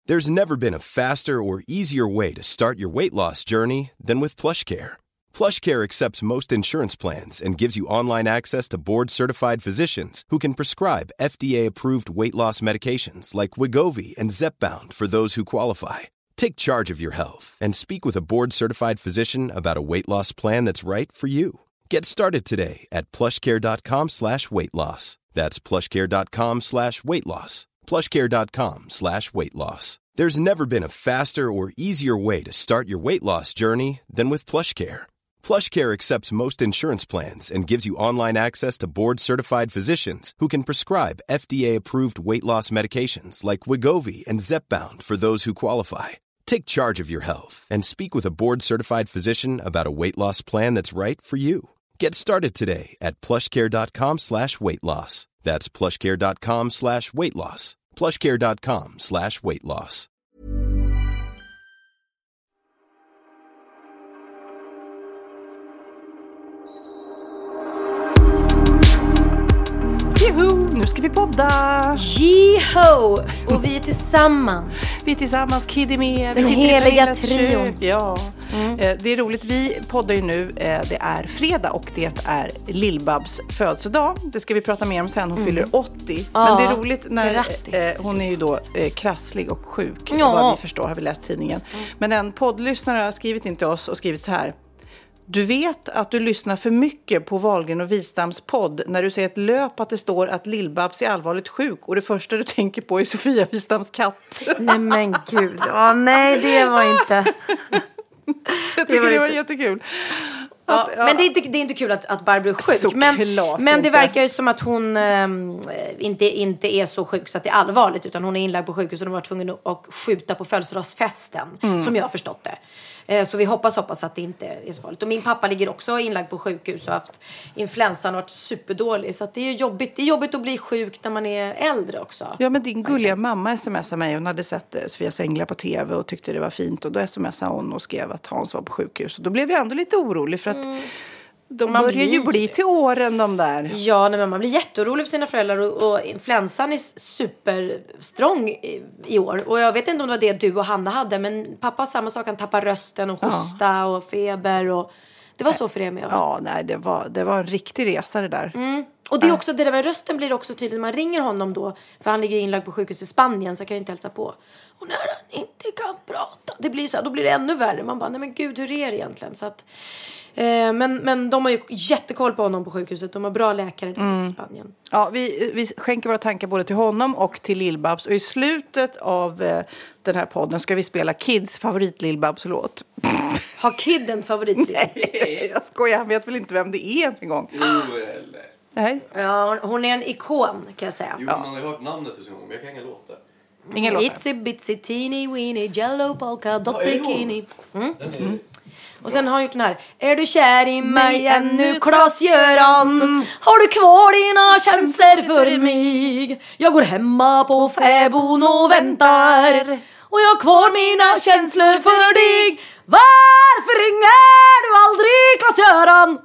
There's never been a faster or easier way to start your weight loss journey than with PlushCare. PlushCare accepts most insurance plans and gives you online access to board-certified physicians who can prescribe FDA-approved weight loss medications like Wegovy and Zepbound for those who qualify. Take charge of your health and speak with a board-certified physician about a weight loss plan that's right for you. Get started today at plushcare.com/weightloss. That's plushcare.com/weightloss. plushcare.com/weightloss. There's never been a faster or easier way to start your weight loss journey than with PlushCare. PlushCare accepts most insurance plans and gives you online access to board-certified physicians who can prescribe FDA-approved weight loss medications like Wegovy and Zepbound for those who qualify. Take charge of your health and speak with a board-certified physician about a weight loss plan that's right for you. Get started today at plushcare.com/weightloss. That's plushcare.com/weightloss. plushcare.com/weightloss. Juhu, nu ska vi podda. Jiho! Och vi är tillsammans. Vi är tillsammans, Kiddy med. Den heliga trion. Ja. Det är roligt, vi poddar ju nu. Det är fredag och det är Lill-Babs födelsedag. Det ska vi prata mer om sen, hon fyller 80. Men det är roligt när hon är ju då krasslig och sjuk. Vad vi förstår, har vi läst tidningen. Men en poddlyssnare har skrivit in till oss och skrivit så här: du vet att du lyssnar för mycket på Wahlgren och Wistams podd när du ser ett löp att det står att Lill-Babs är allvarligt sjuk och det första du tänker på är Sofia Wistams katt. Nej men gud, nej det var inte. Jag tycker det var jättekul. Ja, men det är inte kul att Barbro är sjuk. Men det verkar ju som att hon inte är så sjuk så att det är allvarligt. Utan hon är inlagd på sjukhus och de var tvungen att skjuta på födelsedagsfesten. Som jag har förstått det. Så vi hoppas att det inte är så farligt. Och min pappa ligger också inlagd på sjukhus och har haft influensan och varit superdålig. Så att det är jobbigt. Det är jobbigt att bli sjuk när man är äldre också. Ja, men din gulliga mamma smsade mig. Hon hade sett Sofias änglar på tv och tyckte det var fint. Och då smsade hon och skrev att Hans var på sjukhus. Och då blev jag ändå lite orolig för att de börjar ju bli till åren de där. Ja, men man blir jätteorolig för sina föräldrar och influensan är superstrong i år. Och jag vet inte om det var det du och Hanna hade, men pappa har samma sak, han tappar rösten och hosta och feber och det var så för det med. Ja, nej, det var en riktig resa det där. Och det är också det där med rösten blir också tydligt när man ringer honom då, för han ligger inlagd på sjukhus i Spanien så jag kan ju inte hälsa på. Och när han inte kan prata, det blir så här, då blir det ännu värre. Man bara, nej men gud, hur är det egentligen? Så att men de har ju jättekoll på honom på sjukhuset. De har bra läkare där i Spanien. Ja, vi skänker våra tankar både till honom och till Lill-Babs. Och i slutet av den här podden ska vi spela Kids favorit Lill-Babs-låt. Har Kid en favorit? Nej, jag skojar. Han vet väl inte vem det är ens en gång. Nej. Ja, hon är en ikon kan jag säga. Jo, man har hört namnet 1000 gånger, men jag kan inga låtar. Ingen låtar. Itsy bitsy teeny weeny yellow polka dot bikini. Och sen har han gjort den här. Är du kär i mig ännu, Klas-Göran? Har du kvar dina känslor för mig? Jag går hemma på fäbon och väntar. Och jag har kvar mina känslor för dig. Varför ringer du aldrig, Klas-Göran?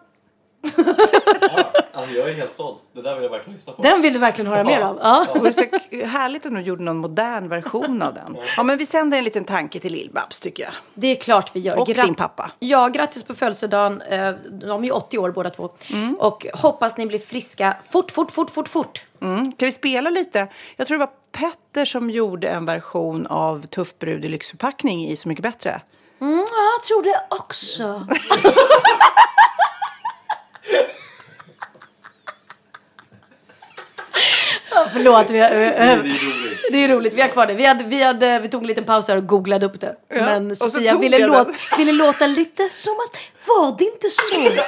Alltså jag är helt såld. Det där vill jag verkligen lyssna på. Den vill du verkligen höra mer av. Ja. Det vore så härligt om du gjorde någon modern version av den. Ja, men vi sänder en liten tanke till Lill-Babs tycker jag. Det är klart vi gör. Och din pappa. Ja, grattis på födelsedagen. De är ju 80 år båda två. Och hoppas ni blir friska fort. Kan vi spela lite? Jag tror det var Petter som gjorde en version av Tuff brud i lyxförpackning i Så mycket bättre. Ja, jag tror det också. Förlåt, det är roligt, vi har kvar det. Vi tog en liten paus här och googlade upp det. Ja, men Sofia ville låta lite som att, var det inte så?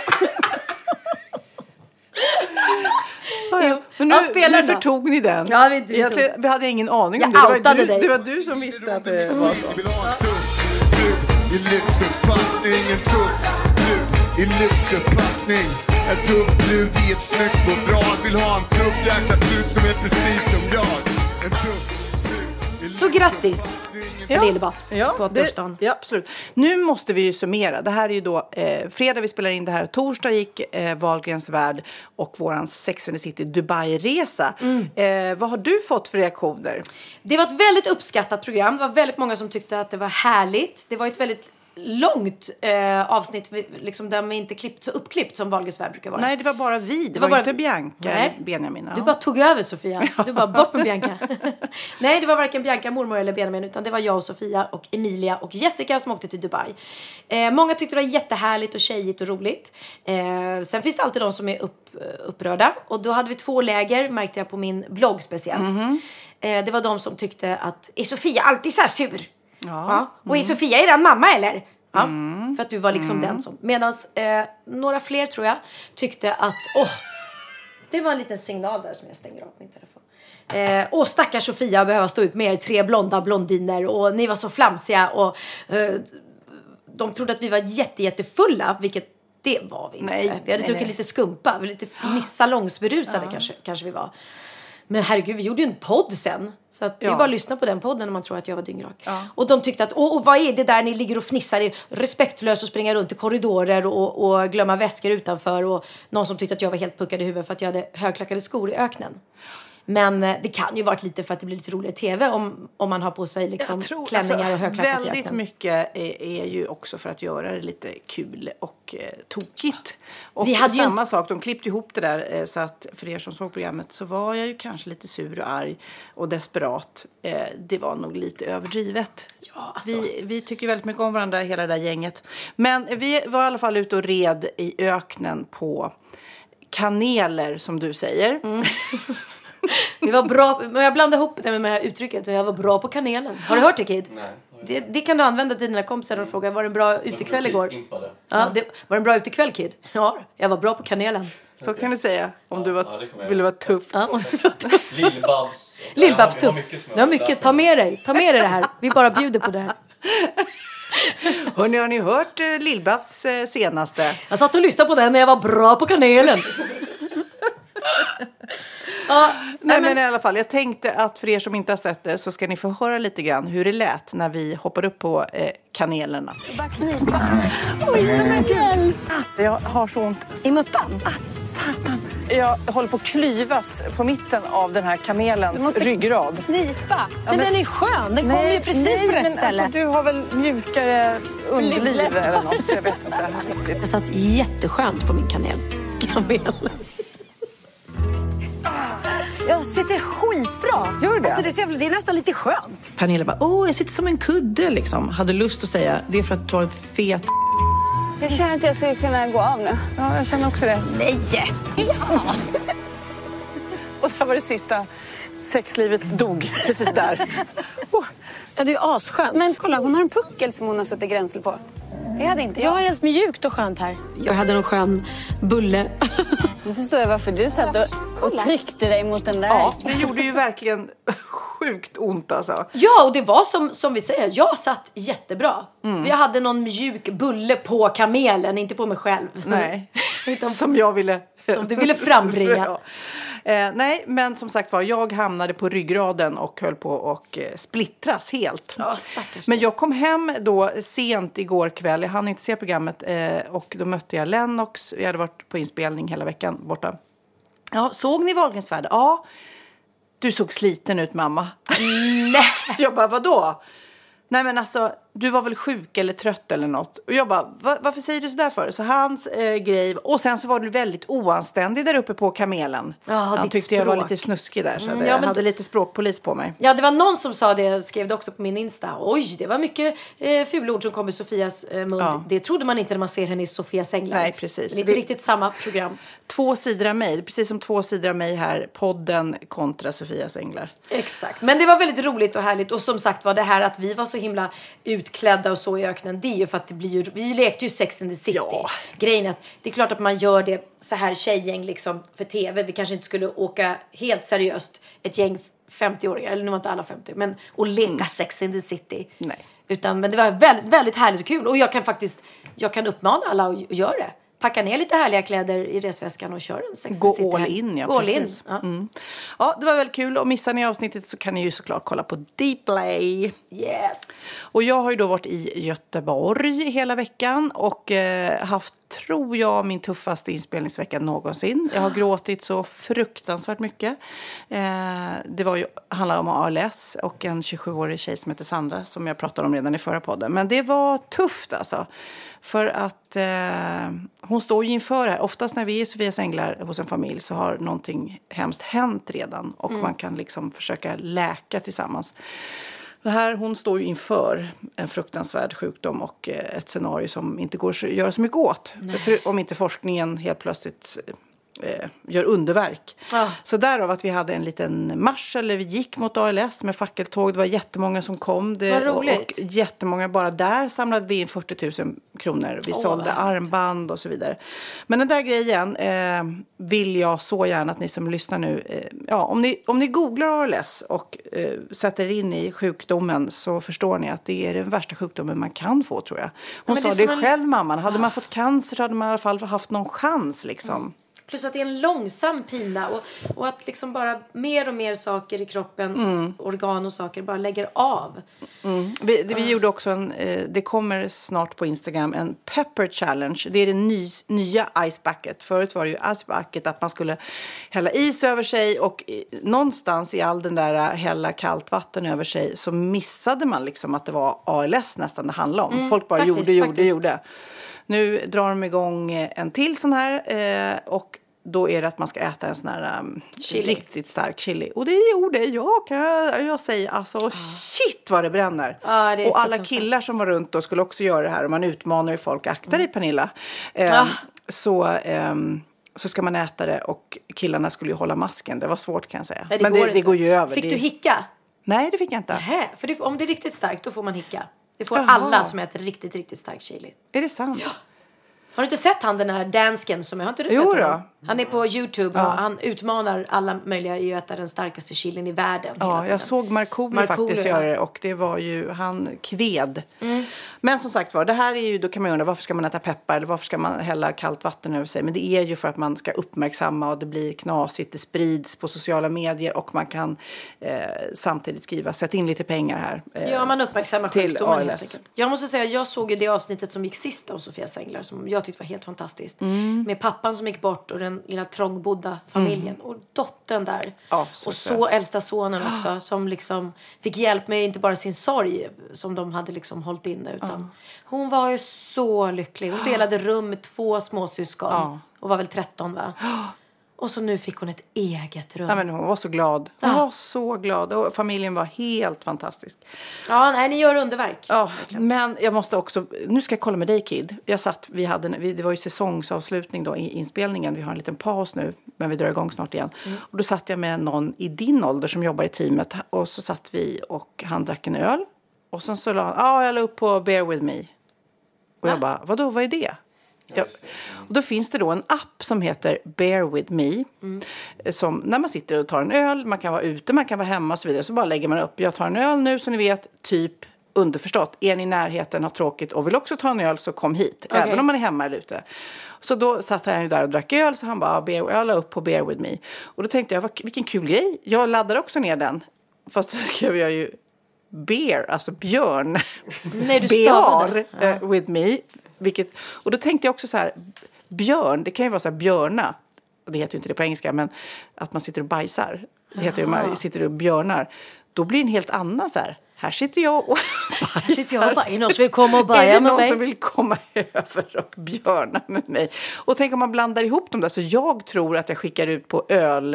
Men nu förtog ni den. Ja, vi hade ingen aning om det. Det var du som visste att det var så. I lyxförpackning, en tuff brud i lyxförpackning. En tuff brud i ett snyggt och bra. Vill ha en tuff jäkla brud som är precis som jag. En tuff brud i Så grattis Lill-Babs på torsdagen. Ja, absolut. Nu måste vi ju summera. Det här är ju då fredag vi spelar in det här. Torsdag gick Wahlgrens värld och våran Sex and the City Dubai-resa. Vad har du fått för reaktioner? Det var ett väldigt uppskattat program. Det var väldigt många som tyckte att det var härligt. Det var ett väldigt långt avsnitt liksom, där man inte klippt så uppklippt som Wahlgrens värld brukar vara. Nej, det var bara vi. Det var bara inte Bianca eller Benjamin. Ja. Du bara tog över, Sofia. Du bara bort med Bianca. Nej, det var varken Bianca, mormor eller Benjamin, utan det var jag och Sofia och Emilia och Jessica som åkte till Dubai. Många tyckte det var jättehärligt och tjejigt och roligt. Sen finns det alltid de som är upprörda. Och då hade vi 2 läger, märkte jag på min blogg speciellt. Det var de som tyckte att är Sofia alltid så här sur? Ja. Och är Sofia eran mamma eller? Ja, för att du var liksom den som... Medan några fler tror jag tyckte att... det var en liten signal där som jag stänger av min telefon. Stackars Sofia behöver stå ut med 3 blonda blondiner och ni var så flamsiga och de trodde att vi var jättefulla, vilket det var vi inte. Nej, vi hade druckit lite skumpa, lite salongsberusade kanske vi var. Men herregud, vi gjorde ju en podd sen. Så att det är bara att lyssna på den podden när man tror att jag var dyngrak. Ja. Och de tyckte att, vad är det där ni ligger och fnissar? Det är respektlöst att springa runt i korridorer och glömma väskor utanför. Och någon som tyckte att jag var helt puckad i huvudet för att jag hade högklackade skor i öknen. Men det kan ju varit lite för att det blir lite roligare tv om man har på sig liksom klänningar och högklackat. Väldigt mycket är ju också för att göra det lite kul och tokigt. Och vi hade samma sak, de klippte ihop det där så att för er som såg programmet så var jag ju kanske lite sur och arg och desperat. Det var nog lite överdrivet. Ja, alltså. Vi tycker väldigt mycket om varandra, hela det där gänget. Men vi var i alla fall ute och red i öknen på kaneler, som du säger. Vi var bra, men jag blandade ihop det med det här uttrycket. Så jag var bra på kanelen. Har du hört det, Kid? Nej. Det kan du använda till dina kompisar och fråga, var det en bra utekväll igår? Ja, var det en bra utekväll, Kid? Ja, jag var bra på kanelen. Så kan du säga, om du ville vara tuff. Ja, Lill-Babs. Lill-Babs tuff. Du har mycket, ta med dig det här. Vi bara bjuder på det här. Hörrni, har ni hört Lill-Babs senaste? Jag satt och lyssnade på den när jag var bra på kanelen. Nej, men i alla fall, jag tänkte att för er som inte har sett det så ska ni få höra lite grann hur det lät när vi hoppade upp på kanelerna. Bara knipa. Oj, men hjälp. Jag har så ont i muttan. Satan. Jag håller på att klyvas på mitten av den här kamelens ryggrad. Knipa. Men den är skön. Den kommer ju precis på rätt ställe. Alltså, du har väl mjukare underliv eller något, så jag vet inte riktigt. Jag satt jätteskönt på min kamel. Jag sitter skitbra. Gör det? Alltså det är nästan lite skönt. Pernilla bara, jag sitter som en kudde liksom. Hade lust att säga, det är för att ta en fet... Jag känner att jag skulle kunna gå av nu. Ja, jag känner också det. Nej! Ja. Och där var det sista. Sexlivet dog precis där. Ja, det är ju asskönt. Men kolla, hon har en puckel som hon har suttit gränsel på. Jag hade inte. Jag har helt mjukt och skönt här. Jag hade någon skön bulle. Nu förstår jag varför du satt och tryckte dig mot den där. Ja, det gjorde ju verkligen sjukt ont alltså. Ja, och det var som vi säger. Jag satt jättebra. Jag hade någon mjuk bulle på kamelen, inte på mig själv. Nej, utan som jag ville. Som du ville frambringa. Nej, men som sagt var, jag hamnade på ryggraden och höll på att splittras helt. Ja, men jag kom hem då sent igår kväll. Jag hann inte se programmet och då mötte jag Lennox. Vi hade varit på inspelning hela veckan borta. Ja, såg ni Wahlgrens värld? Ja, du såg sliten ut, mamma. Nej. Jag bara, vadå? Nej, men alltså, du var väl sjuk eller trött eller något. Och jag bara, varför säger du så där för? Så hans grej, och sen så var du väldigt oanständig där uppe på kamelen. Han tyckte jag var lite snuskig där. Så jag hade lite språkpolis på mig. Ja, det var någon som sa det, skrev det också på min Insta. Oj, det var mycket fulord som kom i Sofias mun. Ja. Det trodde man inte när man ser henne i Sofias änglar. Nej, precis. Men det är inte riktigt samma program. 2 sidor av mig, precis som 2 sidor av mig här. Podden kontra Sofias änglar. Exakt, men det var väldigt roligt och härligt. Och som sagt var det här att vi var så himla utklädda och så i öknen, det är ju för att det blir ju, vi lekte ju Sex and the City. Ja. Grejen är att det är klart att man gör det så här tjejgäng liksom för tv. Vi kanske inte skulle åka helt seriöst ett gäng 50-åringar, eller nu var inte alla 50, men och leka Sex and the City. Nej. Men det var väldigt, väldigt härligt och kul. Och jag kan uppmana alla att göra det. packa ner lite härliga kläder i resväskan och köra en Sex Gå and the City all helg. in, ja, Gå all precis. in. Ja. Ja, det var väldigt kul. Och missar ni avsnittet så kan ni ju såklart kolla på Dplay. Yes. Och jag har ju då varit i Göteborg hela veckan och haft, tror jag, min tuffaste inspelningsvecka någonsin. Jag har gråtit så fruktansvärt mycket. Det handlar om ALS och en 27-årig tjej som heter Sandra som jag pratade om redan i förra podden. Men det var tufft alltså. För att hon står ju inför här. Oftast när vi är Sofias änglar hos en familj så har någonting hemskt hänt redan. Och man kan liksom försöka läka tillsammans. Det här, hon står ju inför en fruktansvärd sjukdom och ett scenario som inte går att göra så mycket åt. För om inte forskningen helt plötsligt gör underverk. Ja. Så därav att vi hade en liten marsch, eller vi gick mot ALS med fackeltåg. Det var jättemånga som kom. Vad roligt. Och jättemånga, bara där samlade vi in 40 000 kronor. Vi sålde armband och så vidare. Men den där grejen vill jag så gärna att ni som lyssnar nu, om ni googlar ALS och sätter in i sjukdomen så förstår ni att det är den värsta sjukdomen man kan få, tror jag. Hon sa det själv, mamman. Hade man fått cancer så hade man i alla fall haft någon chans liksom. Plus att det är en långsam pina och att liksom bara mer och mer saker i kroppen, organ och saker bara lägger av. Vi gjorde också det kommer snart på Instagram, en pepper challenge. Det är det nya ice bucket. Förut var det ju ice bucket att man skulle hälla is över sig och någonstans i all den där hälla kallt vatten över sig så missade man liksom att det var ALS nästan det handlade om. Folk bara gjorde. Nu drar de igång en till sån här och då är det att man ska äta en sån här riktigt stark chili. Och det gjorde jag, kan jag säga. Alltså shit vad det bränner. Det och alla killar som var runt då skulle också göra det här. Och man utmanar ju folk. Akta dig, Pernilla. Så ska man äta det och killarna skulle ju hålla masken. Det var svårt, kan jag säga. Nej, men det går ju över. Fick du hicka? Nej, det fick jag inte. Nähä, för om det är riktigt starkt då får man hicka. Det får alla som äter riktigt, riktigt stark chili. Är det sant? Ja. Har du inte sett den här dansken som jag har inte sett honom? Han är på YouTube och han utmanar alla möjliga i att äta den starkaste chilin i världen. Ja, jag såg Markoolio faktiskt göra det och det var ju, han kved. Men som sagt var, det här är ju, då kan man undra varför ska man äta peppar eller varför ska man hälla kallt vatten över sig. Men det är ju för att man ska uppmärksamma och det blir knasigt, det sprids på sociala medier och man kan samtidigt skriva, sätt in lite pengar här. Ja, man uppmärksammar sjukdomen helt enkelt. Jag måste säga, jag såg ju det avsnittet som gick sist av Sofias änglar som jag tyckte var helt fantastiskt. Med pappan som gick bort och den lilla trångbodda familjen. Och dottern där. Och så äldsta sonen också. Som liksom fick hjälp med inte bara sin sorg som de hade liksom hållit inne. Utan hon var ju så lycklig. Hon delade rum med 2 småsyskon. Och var väl 13, va? Och så nu fick hon ett eget rum. Ja, men hon var så glad. Hon var så glad. Och familjen var helt fantastisk. Ja, nej, ni gör underverk. Ja, men jag måste också... Nu ska jag kolla med dig, Kid. Det var ju säsongsavslutning då i inspelningen. Vi har en liten paus nu. Men vi drar igång snart igen. Och då satt jag med någon i din ålder som jobbar i teamet. Och så satt vi och han drack en öl. Och sen så la han... jag la upp på Bear With Me. Och jag bara, vadå, vad är det? Ja. Och då finns det då en app som heter Bear With Me. Som när man sitter och tar en öl, man kan vara ute, man kan vara hemma och så vidare. Så bara lägger man upp, jag tar en öl nu så ni vet, typ underförstått. Är ni i närheten, har tråkigt och vill också ta en öl så kom hit. Okay. Även om man är hemma eller ute. Så då satt han ju där och drack öl så han bara, jag la upp på Bear With Me. Och då tänkte jag, vilken kul grej. Jag laddade också ner den. Fast då skrev jag ju bear, alltså björn. Nej, du Bear with me. Och då tänkte jag också så här, björn, det kan ju vara så här björna. Det heter ju inte det på engelska, men att man sitter och bajsar. Det heter ju man sitter och björnar. Då blir det en helt annan så här sitter jag och bajsar. Är det någon som vill komma och baja med mig? Är det någon som vill komma över och björna med mig? Och tänk om man blandar ihop dem där. Så jag tror att jag skickar ut på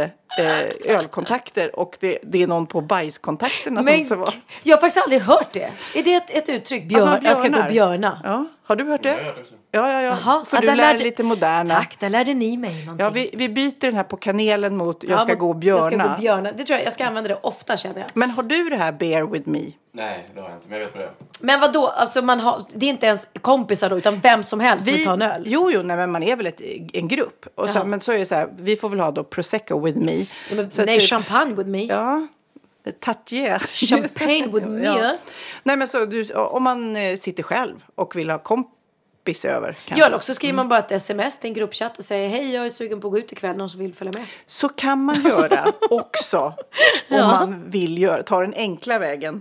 ölkontakter och det är någon på bajskontakterna som så var. Jag har faktiskt aldrig hört det. Är det ett uttryck? Jag ska gå björna. Ja. Har du hört det? Jag har hört också. Ja. Aha, för du lärde lite moderna. Tack, där lärde ni mig någonting. Ja, vi byter den här på kanelen mot jag ska gå björna. Jag ska gå björna. Det tror jag ska använda det ofta, känner jag. Men har du det här Bear With Me? Nej, det har jag inte, men jag vet vad det är. Men vadå? Alltså det är inte ens kompisar då, utan vem som helst vill ta en öl? Jo, nej, men man är väl en grupp. Och så, men så är det så här, vi får väl ha då Prosecco With Me. Ja, men, nej, champagne with me. Ja. Tatier. Champagne with me. Ja. Nej, men så om man sitter själv och vill ha snappis över. Kanske. Ja, eller också skriver man bara ett sms till en gruppchatt och säger hej, jag är sugen på att gå ut ikväll, någon som vill följa med. Så kan man göra också om man vill ta den enkla vägen.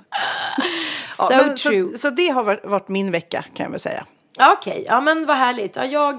Ja, så det har varit min vecka, kan jag väl säga. Okej, ja men vad härligt. Ja,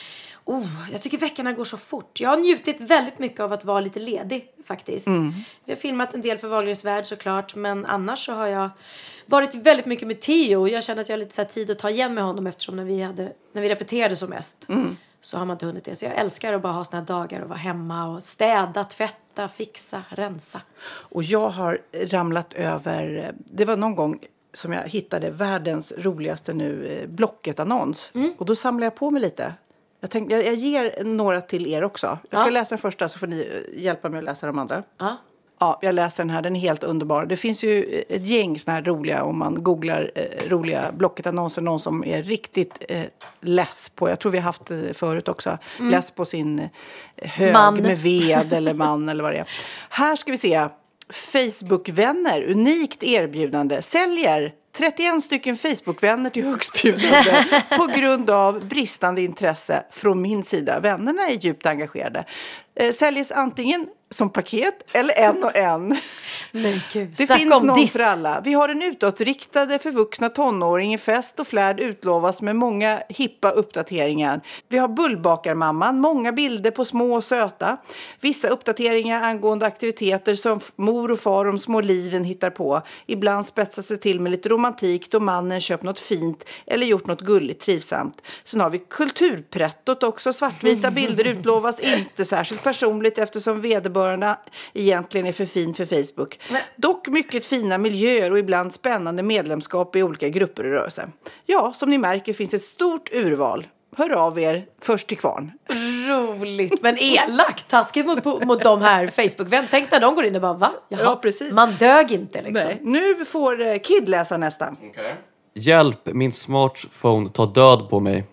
jag tycker veckorna går så fort. Jag har njutit väldigt mycket av att vara lite ledig faktiskt. Vi har filmat en del för Wahlgrens värld såklart. Men annars så har jag varit väldigt mycket med Theo. Jag känner att jag har lite så här tid att ta igen med honom. Eftersom när vi repeterade som mest. Så har man inte hunnit det. Så jag älskar att bara ha såna här dagar och vara hemma. Och städa, tvätta, fixa, rensa. Och jag har ramlat över. Det var någon gång som jag hittade världens roligaste Blocket-annons. Och då samlade jag på mig lite. Jag ger några till er också. Jag ska läsa den första så får ni hjälpa mig att läsa de andra. Ja, jag läser den här. Den är helt underbar. Det finns ju ett gäng såna här roliga, om man googlar roliga Blocket-annonser. Någon som är riktigt less på, jag tror vi har haft förut också. Less på sin hög med ved eller man eller vad det är. Här ska vi se. Facebook-vänner, unikt erbjudande. Säljer 31 stycken Facebook-vänner till högstbjudande på grund av bristande intresse från min sida. Vännerna är djupt engagerade. Säljes antingen som paket eller en och en. Men gud, det finns någon för alla. Vi har en utåtriktade för vuxna tonåringar. Fest och flärd utlovas med många hippa uppdateringar. Vi har bullbakarmamman. Många bilder på små och söta. Vissa uppdateringar angående aktiviteter som mor och far om små liven hittar på. Ibland spetsas det till med lite romantik då mannen köpt något fint eller gjort något gulligt trivsamt. Sen har vi kulturprättot också. Svartvita bilder utlovas inte särskilt personligt eftersom vederbörande egentligen är för fin för Facebook. Dock mycket fina miljöer och ibland spännande medlemskap i olika grupper och rörelser. Ja, som ni märker finns ett stort urval. Hör av er först till kvarn. Roligt, men elakt. Taskigt mot de här Facebook-vänner. Tänk när de går in och bara, va? Jaha, ja, precis. Man dög inte liksom. Nej. Nu får Kid läsa nästa. Okay. Hjälp, min smartphone tar död på mig.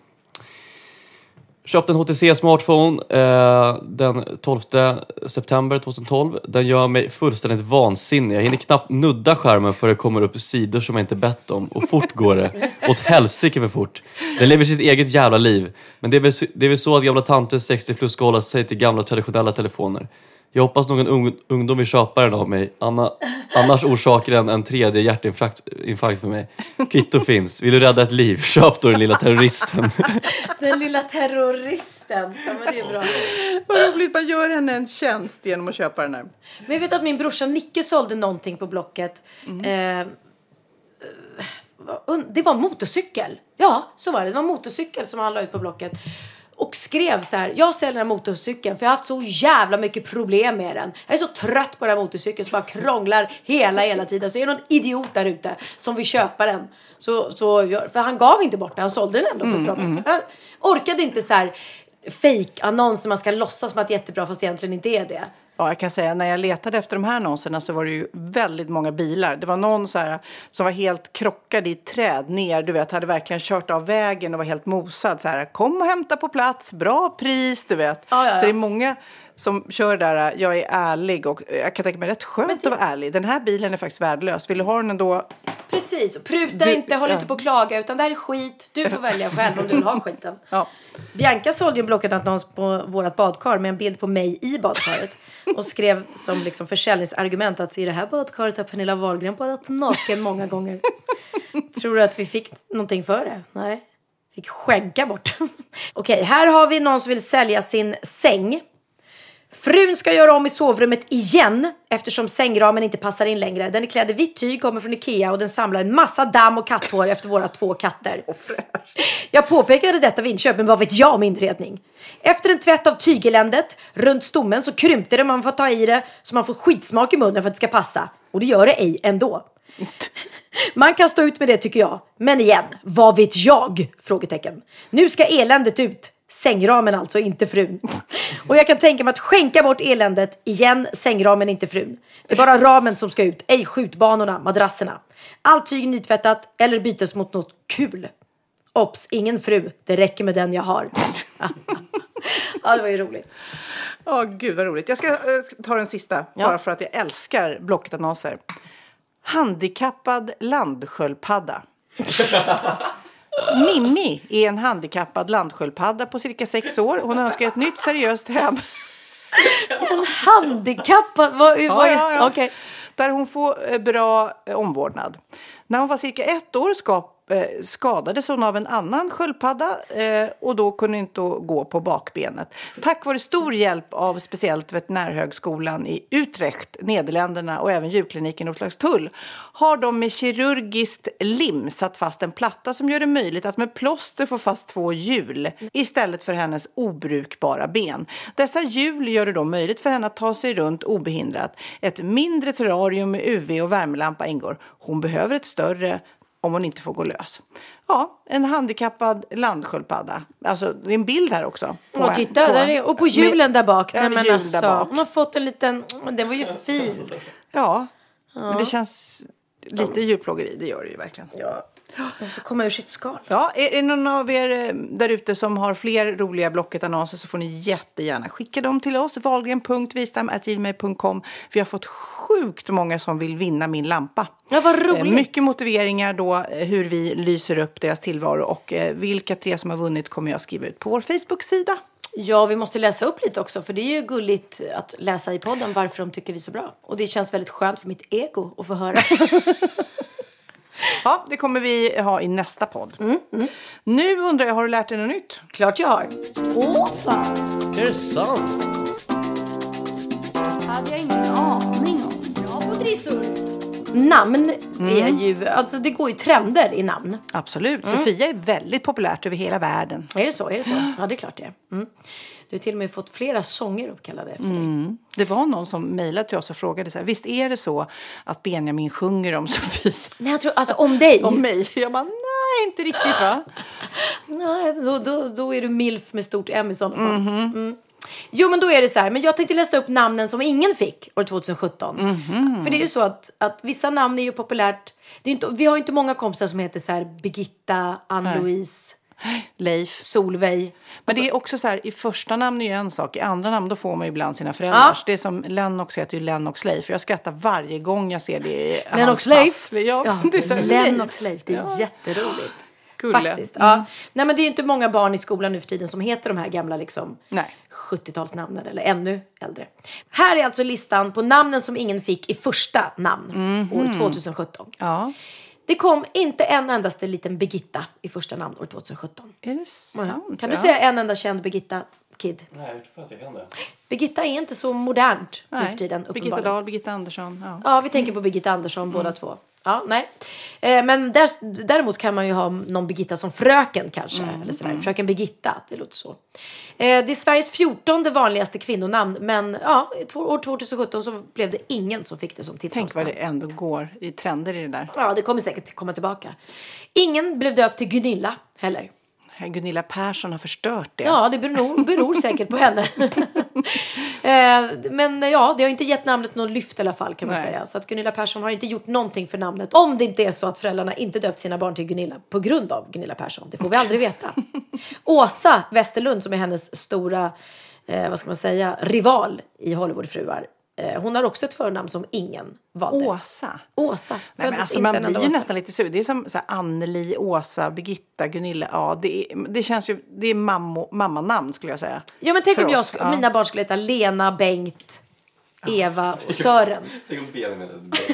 Köpte en HTC-smartphone den 12 september 2012. Den gör mig fullständigt vansinnig. Jag hinner knappt nudda skärmen för det kommer upp sidor som jag inte bett om. Och fort går det. Åt helsike för fort. Den lever sitt eget jävla liv. Men det är väl så att gamla tanter 60 plus ska hålla sig till gamla traditionella telefoner. Jag hoppas någon ungdom vill köpa den av mig. Annars orsakar den en 3D hjärtinfarkt för mig. Kvitto finns. Vill du rädda ett liv? Köp då den lilla terroristen. Den lilla terroristen. Ja, men det är bra. Vad roligt, man gör henne en tjänst genom att köpa den här. Men jag vet att min brorsa Nicke sålde någonting på Blocket. Det var en motorcykel. Ja, så var det. Det var en motorcykel som han la ut på Blocket. Och skrev så här: jag säljer den här motorcykeln för jag har haft så jävla mycket problem med den. Jag är så trött på den här motorcykeln som bara krånglar hela tiden. Så är det någon idiot där ute som vill köpa den. För han gav inte bort den, han sålde den ändå för ett bra pris. Han orkade inte så här fake-annons där man ska låtsas som att det är jättebra fast egentligen inte är det. Ja, jag kan säga, när jag letade efter de här annonserna så var det ju väldigt många bilar. Det var någon så här som var helt krockad i ett träd ner, du vet, hade verkligen kört av vägen och var helt mosad. Så här, kom och hämta på plats, bra pris, du vet. Ja. Så det är många som kör där, jag är ärlig och jag kan tänka mig rätt skönt att vara ärlig. Den här bilen är faktiskt värdelös. Vill du ha den ändå? Precis, pruta inte, håll inte på att klaga, utan det här är skit. Du får välja själv om du vill ha skiten. Ja. Bianca sålde ju en Blocket-annons på vårat badkar med en bild på mig i badkaret. Och skrev som liksom försäljningsargument att i det här badkaret har Pernilla Wahlgren badat naken många gånger. Tror du att vi fick någonting för det? Nej, fick skänka bort. Okej, här har vi någon som vill sälja sin säng. Frun ska göra om i sovrummet igen eftersom sängramen inte passar in längre. Den är klädd i vitt tyg, kommer från Ikea och den samlar en massa damm och katthår efter våra 2 katter. Jag påpekade detta vid inköp, men vad vet jag om inredning? Efter en tvätt av tygeländet runt stommen så krympte det, man får ta i det så man får skitsmak i munnen för att det ska passa. Och det gör det ej ändå. Man kan stå ut med det tycker jag. Men igen, vad vet jag? Frågetecken. Nu ska eländet ut. Sängramen alltså, inte frun. Och jag kan tänka mig att skänka bort eländet igen, sängramen, inte frun. Det är bara ramen som ska ut, ej skjutbanorna, madrasserna. Allt tyg nytvättat eller bytes mot något kul. Ops, ingen fru, det räcker med den jag har. Ja, det var ju roligt. Ja, gud vad roligt. Jag ska ta den sista, bara för att jag älskar Blocket-annonser. Handikappad landsköldpadda. Mimmi är en handikappad landsköldpadda på cirka 6 år. Hon önskar ett nytt seriöst hem. En handikappad? Ja. Okay. Där hon får bra omvårdnad. När hon var cirka 1 år skadades hon av en annan sköldpadda och då kunde inte gå på bakbenet. Tack vare stor hjälp av speciellt veterinärhögskolan i Utrecht, Nederländerna och även djurkliniken i Roslagstull har de med kirurgiskt lim satt fast en platta som gör det möjligt att med plåster få fast 2 hjul istället för hennes obrukbara ben. Dessa hjul gör det då möjligt för henne att ta sig runt obehindrat. Ett mindre terrarium med UV och värmelampa ingår. Hon behöver ett större om hon inte får gå lös. Ja, en handikappad landsköldpadda. Alltså, det är en bild här också. Och på hjulen där bak. Där bak. Hon har fått en liten... Det var ju fint. Ja, men det känns lite djurplågeri. Det gör det ju verkligen. Ja. Och så komma ur sitt skal. Ja, är någon av er där ute som har fler roliga Blocket-annonser så får ni jättegärna skicka dem till oss. Wahlgren.wistam@gmail.com. Vi har fått sjukt många som vill vinna min lampa. Ja, vad roligt. Mycket motiveringar då hur vi lyser upp deras tillvaro. Och vilka 3 som har vunnit kommer jag skriva ut på vår Facebook-sida. Ja, vi måste läsa upp lite också. För det är ju gulligt att läsa i podden varför de tycker vi är så bra. Och det känns väldigt skönt för mitt ego att få höra. Ja, det kommer vi ha i nästa podd. Nu undrar jag, har du lärt dig något nytt? Klart jag har. Åh fan! Är det sant? Hade jag ingen aning om. Bra på trissor. Namn är ju... Alltså det går ju trender i namn. Absolut. Sofia är väldigt populärt över hela världen. Är det så? Ja, det är klart det är. Du har till och med fått flera sånger uppkallade efter dig. Det var någon som mejlade till oss och frågade så här, visst är det så att Benjamin sjunger om Sofia? Nej, jag tror, alltså om dig. Om mig. Jag bara, nej, inte riktigt va? Nej, då är du milf med stort M i sådana fall. Jo, men då är det så här. Men jag tänkte läsa upp namnen som ingen fick år 2017. För det är ju så att vissa namn är ju populärt. Det är inte, vi har ju inte många kompisar som heter så här Birgitta, Ann-Louise, Leif, Solveig. Men det är också så här, i första namn är ju en sak. I andra namn då får man ju ibland sina föräldrar. Det är som Lennox heter ju Lennox Leif. Jag skrattar varje gång jag ser det i Lennox Leif? Ja, det är så Lennox Leif, det är jätteroligt. Gulle. Faktiskt. Ja. Nej, men det är ju inte många barn i skolan nu för tiden som heter de här gamla liksom 70-talsnamnen eller ännu äldre. Här är alltså listan på namnen som ingen fick i första namn år 2017. Ja. Det kom inte en endaste liten Birgitta i första namn år 2017. Är det sant? Kan du säga en enda känd Birgitta Kid? Nej, jag tror att jag kan det. Birgitta är inte så modernt nu för tiden. Birgitta Dahl, Birgitta Andersson. Ja, vi tänker på Birgitta Andersson båda två. Ja, nej. Men däremot kan man ju ha någon Birgitta som fröken kanske. Eller sådär. Fröken Birgitta, det låter så. Det är Sveriges 14:e vanligaste kvinnonamn. Men ja, år 2017 så blev det ingen som fick det som tilltalsnamn. Tänk vad det ändå går i trender i det där. Ja, det kommer säkert komma tillbaka. Ingen blev döpt till Gunilla heller. Gunilla Persson har förstört det. Ja, det beror säkert på henne. Men ja, det har inte gett namnet någon lyft i alla fall kan man säga. Så att Gunilla Persson har inte gjort någonting för namnet. Om det inte är så att föräldrarna inte döpt sina barn till Gunilla på grund av Gunilla Persson. Det får vi aldrig veta. Åsa Westerlund som är hennes stora, vad ska man säga, rival i Hollywoodfruar. Hon har också ett förnamn som ingen valde. Åsa. Nej, men alltså, man blir ju nästan lite sur. Det är som så här, Anneli, Åsa, Birgitta, Gunilla. Ja, det känns ju, det är mammanamn skulle jag säga. Ja, men tänk om mina barn skulle heta Lena, Bengt, Eva och Sören. Tänk om Benjamin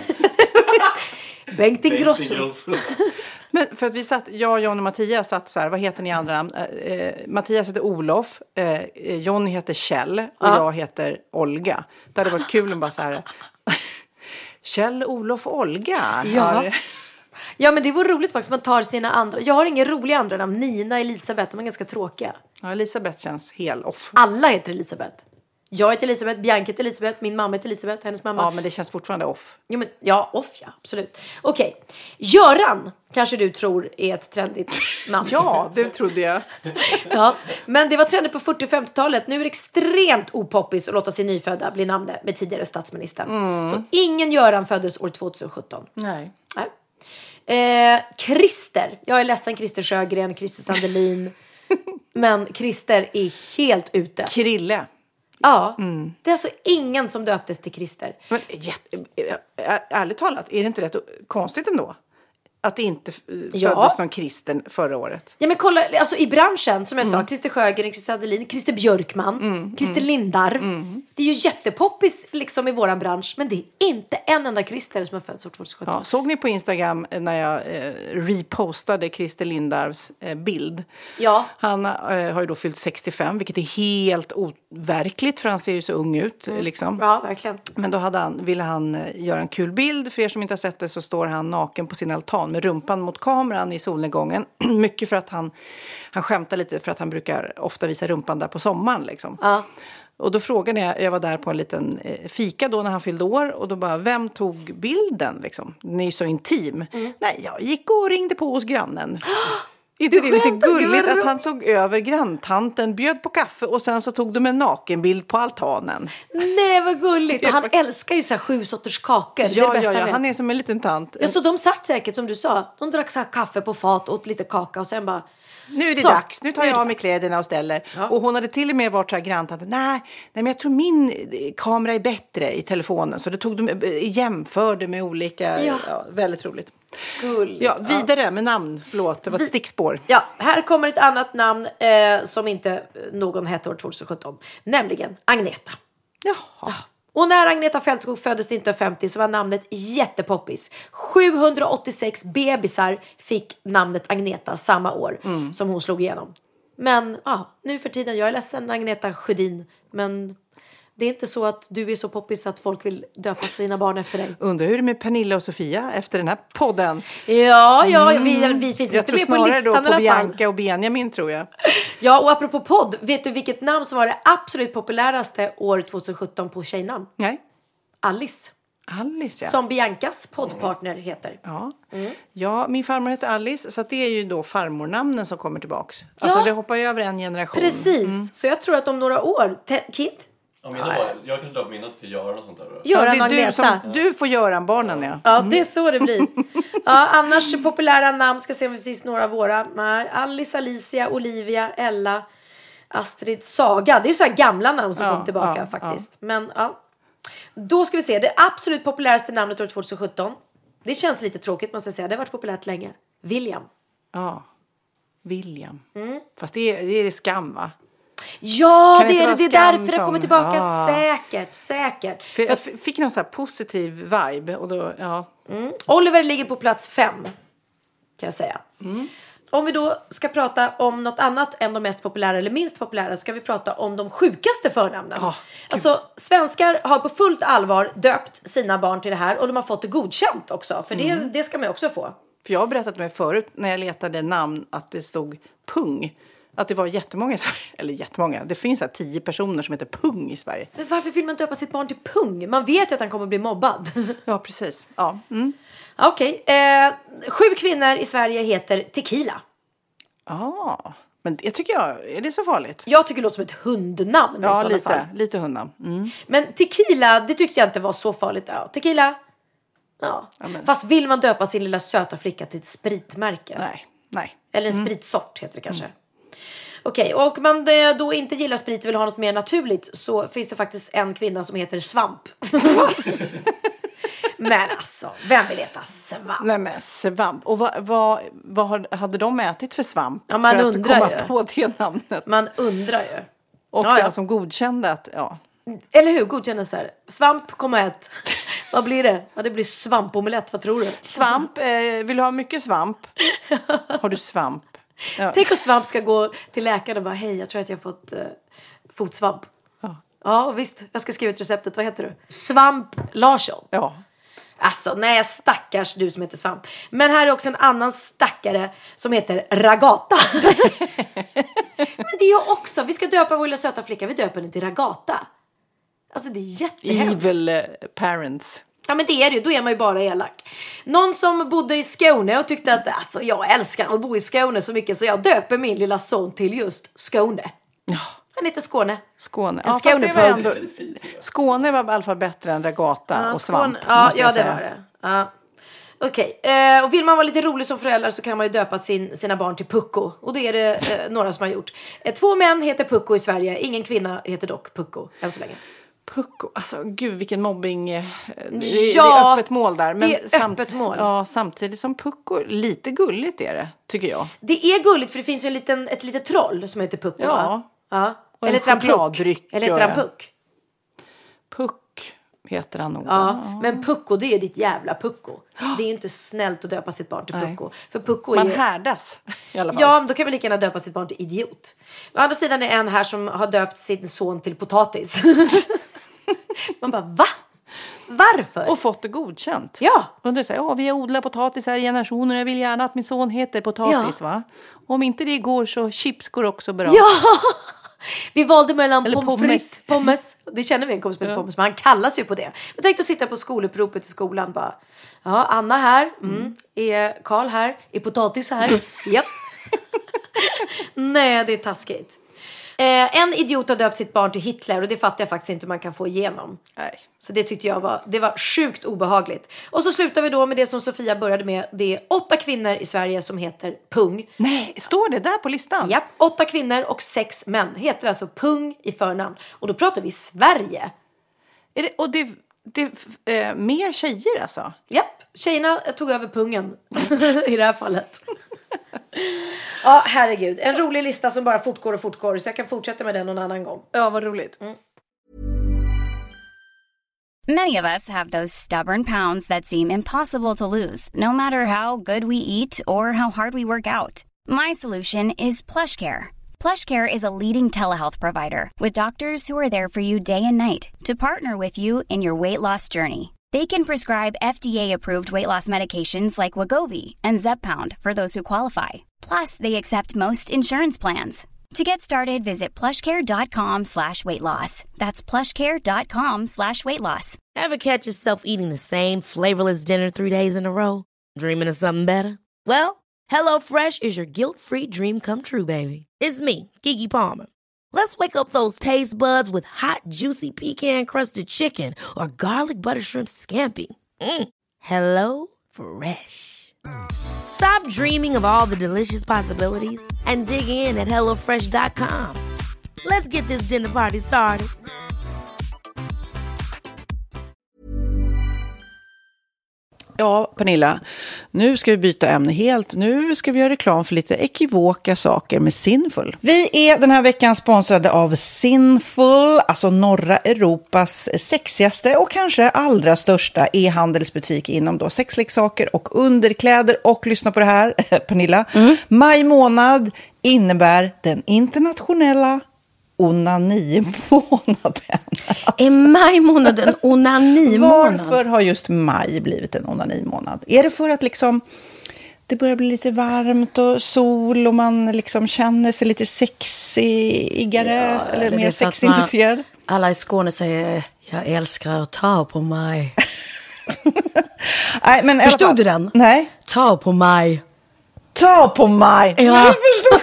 Bengt Ingrosso. Men för att vi satt, jag, John och Mattias satt så här, vad heter ni andra namn? Mattias heter Olof, John heter Kjell och jag heter Olga. Det hade varit kul om bara så här, Kjell, Olof och Olga. Ja, men det vore roligt faktiskt. Man tar sina andra. Jag har ingen roliga andra namn. Nina, Elisabeth, de är ganska tråkiga. Ja, Elisabeth känns helt off. Alla heter Elisabeth. Jag heter Elisabeth, Bianca heter Elisabeth, min mamma heter Elisabeth, hennes mamma. Ja, men det känns fortfarande off. Off, absolut. Okej. Göran kanske du tror är ett trendigt namn. Ja, det trodde jag. Ja, men det var trendigt på 40- och 50-talet. Nu är det extremt opoppis att låta sig nyfödda bli namnet med tidigare statsministern. Så ingen Göran föddes år 2017. Nej. Christer. Jag är ledsen, Christer Sjögren, Christer Sandelin. Men Christer är helt ute. Krille. Ja, det är alltså ingen som döptes till Christer. Men ärligt talat, är det inte rätt konstigt ändå? att det inte föddes någon kristen förra året. Ja, men kolla, alltså i branschen som jag sa, Christer Sjögren, Christer Adelin, Christer Björkman, Christer Lindar. Det är ju jättepoppis liksom i våran bransch, men det är inte en enda Christer som har fötts år 2017. Ja, såg ni på Instagram när jag repostade Christer Lindarws bild? Ja. Han har ju då fyllt 65, vilket är helt overkligt för han ser ju så ung ut. Liksom. Ja, verkligen. Men då ville han göra en kul bild. För er som inte har sett det så står han naken på sin altan med rumpan mot kameran i solnedgången. Mycket för att han skämtar lite för att han brukar ofta visa rumpan där på sommaren. Liksom. Ja. Och då frågade jag var där på en liten fika då när han fyllde år. Och då bara, vem tog bilden liksom? Den är ju så intim. Nej, jag gick och ringde på hos grannen. Inte det är lite gulligt att han tog över granntanten, bjöd på kaffe och sen så tog de en nakenbild på altanen. Nej, vad gulligt. Och han älskar ju så här 7 sorters kakor. Ja, han är som en liten tant. Ja, så de satt säkert som du sa. De drack så här kaffe på fat och åt lite kaka och sen bara... Nu är det dags. Nu tar jag av mig kläderna och ställer. Ja. Och hon hade till och med varit så här granntant. Nej, men jag tror min kamera är bättre i telefonen. Så det tog de jämförde med olika... Ja, väldigt roligt. Gulligt. Ja, vidare med namn. Förlåt, det var ett stickspår. Ja, här kommer ett annat namn som inte någon hette år 2017. Nämligen Agneta. Jaha. Och när Agneta Fältskog föddes 1950 så var namnet jättepoppis. 786 bebisar fick namnet Agneta samma år som hon slog igenom. Men nu för tiden, jag är ledsen Agneta Sjödin, men det är inte så att du är så poppis att folk vill döpa sina barn efter dig. Undrar hur det är med Pernilla och Sofia efter den här podden. Ja, vi finns inte med på listan då i alla fall. Bianca och Benjamin tror jag. Ja, och apropå podd, vet du vilket namn som var det absolut populäraste år 2017 på tjejnamn? Nej. Alice. Alice, ja. Som Biancas poddpartner heter. Ja. Ja, min farmor heter Alice, så att det är ju då farmornamnen som kommer tillbaks. Alltså det hoppar ju över en generation. Precis, så jag tror att om några år, Kid? Ja, jag kanske drar mina till Göran och sånt där. Göran och Agneta. Du får Göran-barnen, ja. Ja, det är så det blir. Ja, annars populära namn, ska se om det finns några av våra. Alice, Alicia, Olivia, Ella, Astrid, Saga. Det är ju så här gamla namn som kom tillbaka faktiskt. Men då ska vi se, det absolut populäraste namnet år 2017. Det känns lite tråkigt måste jag säga, det har varit populärt länge. William. Ja, William. Fast det är skam, va? Ja, det är därför det kommer tillbaka. Säkert. För jag fick någon så här positiv vibe. Och då, Oliver ligger på plats 5. Kan jag säga. Om vi då ska prata om något annat än de mest populära eller minst populära, så ska vi prata om de sjukaste förnamnen. Alltså, svenskar har på fullt allvar döpt sina barn till det här. Och de har fått det godkänt också. För det ska man också få. För jag har berättat mig förut när jag letade namn att det stod Pung. Att det var jättemånga i Sverige. Eller jättemånga. Det finns här 10 personer som heter Pung i Sverige. Men varför vill man döpa sitt barn till Pung? Man vet ju att han kommer bli mobbad. Ja, precis. Ja. Okej. 7 kvinnor i Sverige heter Tequila. Ja. Men det tycker jag, är det så farligt? Jag tycker det låter som ett hundnamn. Ja, lite hundnamn. Men Tequila, det tyckte jag inte var så farligt. Ja, Tequila. Ja. Fast vill man döpa sin lilla söta flicka till ett spritmärke? Nej. Eller en spritsort heter det kanske. Okej, och man då inte gillar sprit och vill ha något mer naturligt, så finns det faktiskt en kvinna som heter Svamp. Men alltså, vem vill heta svamp? Nej men svamp. Och vad hade de ätit för svamp? Ja, man för undrar att komma på det namnet. Man undrar ju. Och den som godkände att, Eller hur, godkändes där. Svamp, komma ett. Vad blir det? Ja, det blir svampomelett, vad tror du? Svamp, vill du ha mycket svamp? Har du svamp? Ja. Tänk om Svamp ska gå till läkaren och bara, hej, jag tror att jag har fått fotsvamp. Ja, visst, jag ska skriva ut receptet. Vad heter du? Svamp Larsson. Ja. Alltså, nej, stackars du som heter Svamp. Men här är också en annan stackare som heter Ragata. Men det är ju också, vi ska döpa vår lilla söta flicka, vi döper den till Ragata. Alltså, det är jättehemskt. Evil parents. Ja, men det är det ju. Då är man ju bara elak. Någon som bodde i Skåne och tyckte att alltså, jag älskar att bo i Skåne så mycket så jag döper min lilla son till just Skåne. Ja. Han heter Skåne. Ja, fast det var ändå, Skåne var i alla fall bättre än Ragata och Svamp. Ja, det var det. Ja. Okej. Och vill man vara lite rolig som förälder så kan man ju döpa sina barn till Pucko. Och det är det några som har gjort. 2 män heter Pucko i Sverige. Ingen kvinna heter dock Pucko än så länge. Pucko, alltså gud vilken mobbing. Det är öppet mål där. Men det är öppet mål. Ja, samtidigt som Pucko, lite gulligt är det, tycker jag. Det är gulligt för det finns ju ett litet troll som heter Pucko. Ja. Eller chokladdryck. Eller heter han Puck? Puck heter han nog. Ja, men Pucko, det är ditt jävla Pucko. Det är ju inte snällt att döpa sitt barn till Pucko. För Pucko man härdas i alla fall. Ja, men då kan man lika gärna döpa sitt barn till idiot. Å andra sidan är en här som har döpt sin son till potatis. Man bara, va? Varför? Och fått det godkänt. Ja. Och du säger, vi har odlat potatis här i generationer. Jag vill gärna att min son heter potatis, va? Om inte det går så chips går också bra. Ja! Vi valde mellan pommes. Det känner vi en kompis med pommes, men han kallas ju på det. Jag tänkte att sitta på skoluppropet i skolan bara. Ja, Anna här. Är Karl här? Är potatis här? Japp. Nej, det är taskigt. En idiot har döpt sitt barn till Hitler och det fattar jag faktiskt inte hur man kan få igenom. Nej. Så det tyckte jag var sjukt obehagligt. Och så slutar vi då med det som Sofia började med. Det är 8 kvinnor i Sverige som heter Pung. Nej, står det där på listan? Ja, 8 kvinnor och 6 män heter alltså Pung i förnamn. Och då pratar vi Sverige. Är det, och det mer tjejer alltså? Japp, tjejerna tog över pungen i det här fallet. Ja, herregud. En rolig lista som bara fortgår. Så jag kan fortsätta med den någon annan gång. Ja, vad roligt. Many of us have those stubborn pounds that seem impossible to lose, no matter how good we eat or how hard we work out. My solution is PlushCare. PlushCare is a leading telehealth provider with doctors who are there for you day and night to partner with you in your weight loss journey. They can prescribe FDA-approved weight loss medications like Wegovy and Zepbound for those who qualify. Plus, they accept most insurance plans. To get started, visit plushcare.com/weightloss. That's plushcare.com/weightloss. Ever catch yourself eating the same flavorless dinner 3 days in a row? Dreaming of something better? Well, HelloFresh is your guilt-free dream come true, baby. It's me, Keke Palmer. Let's wake up those taste buds with hot, juicy pecan-crusted chicken or garlic butter shrimp scampi. Hello Fresh. Stop dreaming of all the delicious possibilities and dig in at HelloFresh.com. Let's get this dinner party started. Ja, Pernilla, nu ska vi byta ämne helt. Nu ska vi göra reklam för lite ekivoka saker med Sinful. Vi är den här veckan sponsrade av Sinful, alltså norra Europas sexigaste och kanske allra största e-handelsbutik inom då sexleksaker och underkläder. Och lyssna på det här, Pernilla. Maj månad innebär den internationella onanimånaden. Är maj-månaden en onanimånad? Varför har just maj blivit en onanimånad? Är det för att liksom det börjar bli lite varmt och sol och man liksom känner sig lite sexigare eller mer sexintresserad? Alla i Skåne säger jag älskar att ta på mig. Nej, men förstod du den? Nej. Ta på mig. Ta på mig. Ja. Nej, förstod.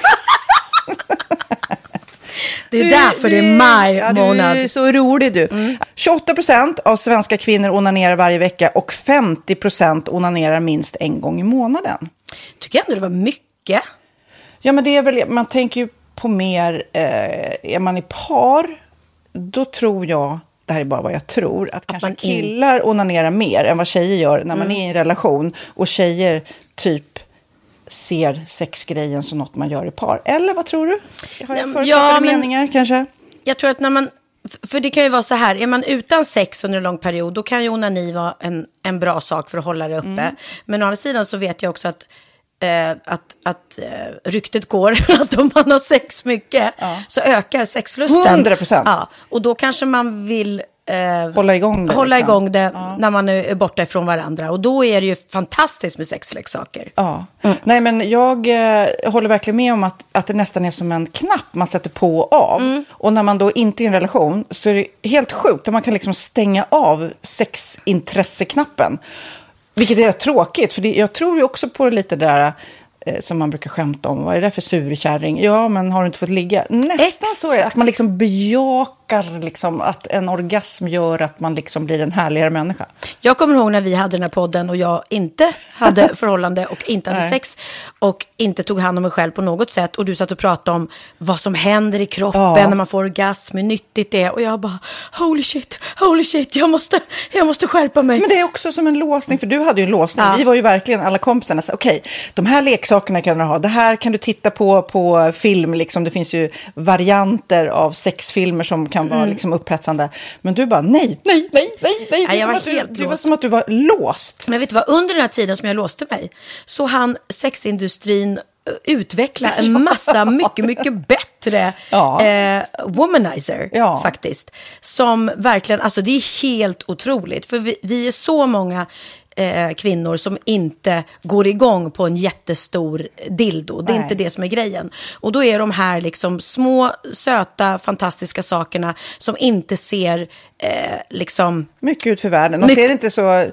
Det är därför det är maj månad. Du är så rolig du. 28% av svenska kvinnor onanerar varje vecka och 50% onanerar minst en gång i månaden. Tycker jag ändå det var mycket. Ja, men det är väl, man tänker ju på mer, är man i par, då tror jag, det här är bara vad jag tror, att kanske killar onanerar mer än vad tjejer gör när man är i en relation. Och tjejer typ ser sexgrejen som något man gör i par. Eller vad tror du? Har jag förutsatta meningar kanske? Jag tror att när man, för det kan ju vara så här, är man utan sex under en lång period, då kan ju onani vara en bra sak för att hålla det uppe. Men å andra sidan så vet jag också att ryktet går att om man har sex mycket så ökar sexlusten. 100%. Ja, och då kanske man vill hålla igång det när man är borta ifrån varandra. Och då är det ju fantastiskt med sexleksaker. Ja. Nej, men jag håller verkligen med om att det nästan är som en knapp man sätter på och av. Och när man då inte är i en relation så är det helt sjukt att man kan liksom stänga av sexintresseknappen. Vilket är tråkigt, för jag tror ju också på lite där som man brukar skämta om. Vad är det för surkärring? Ja, men har du inte fått ligga? Nästan så är det, att man liksom bejakar orsakar liksom att en orgasm gör att man liksom blir en härligare människa? Jag kommer ihåg när vi hade den här podden och jag inte hade förhållande och inte hade sex och inte tog hand om mig själv på något sätt och du satt och pratade om vad som händer i kroppen när man får orgasm, hur nyttigt det är och jag bara, holy shit, jag måste skärpa mig. Men det är också som en låsning, för du hade ju en låsning. Vi var ju verkligen alla kompisarna. Okej, de här leksakerna kan du ha. Det här kan du titta på film. Liksom. Det finns ju varianter av sexfilmer som kan vara liksom upphetsande. Men du bara, nej. Det var som att du var låst. Men vet du vad, under den här tiden som jag låste mig så hann sexindustrin utveckla en massa mycket bättre womanizer faktiskt. Som verkligen, alltså det är helt otroligt. För vi är så många kvinnor som inte går igång på en jättestor dildo. Det är inte det som är grejen. Och då är de här liksom små, söta, fantastiska sakerna som inte ser liksom... mycket ut för världen. De ser inte så...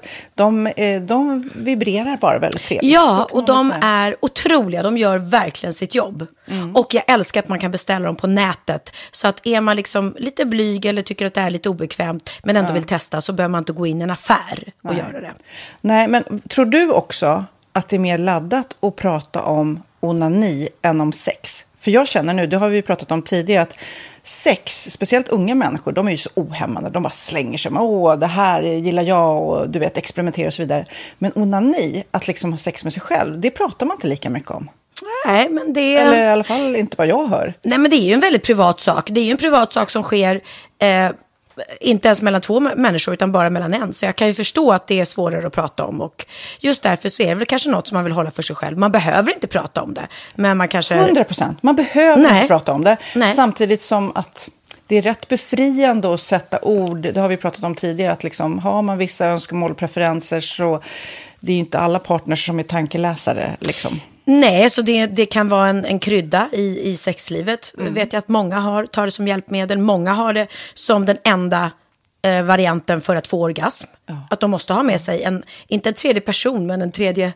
De vibrerar bara väldigt trevligt. Ja, och de är otroliga. De gör verkligen sitt jobb. Och jag älskar att man kan beställa dem på nätet. Så att är man liksom lite blyg eller tycker att det är lite obekvämt men ändå vill testa så behöver man inte gå in i en affär och göra det. Nej, men tror du också att det är mer laddat att prata om onani än om sex? För jag känner nu, det har vi pratat om tidigare, att sex, speciellt unga människor, de är ju så ohämmande. De bara slänger sig med, det här gillar jag och du vet, experimentera och så vidare. Men onani, att liksom ha sex med sig själv, det pratar man inte lika mycket om. Nej, men det... Eller i alla fall inte vad jag hör. Nej, men det är ju en väldigt privat sak. Det är ju en privat sak som sker... inte ens mellan två människor utan bara mellan en. Så jag kan ju förstå att det är svårare att prata om och just därför så är det väl kanske något som man vill hålla för sig själv. Man behöver inte prata om det. Men man kanske... 100%. Man behöver inte prata om det. Nej. Samtidigt som att det är rätt befriande att sätta ord. Det har vi pratat om tidigare. Att liksom, har man vissa önskemål och preferenser så det är ju inte alla partners som är tankeläsare liksom. Nej, så det kan vara en krydda i sexlivet. Vet jag att många tar det som hjälpmedel. Många har det som den enda varianten för att få orgasm. Ja. Att de måste ha med sig inte en tredje person, men en tredje...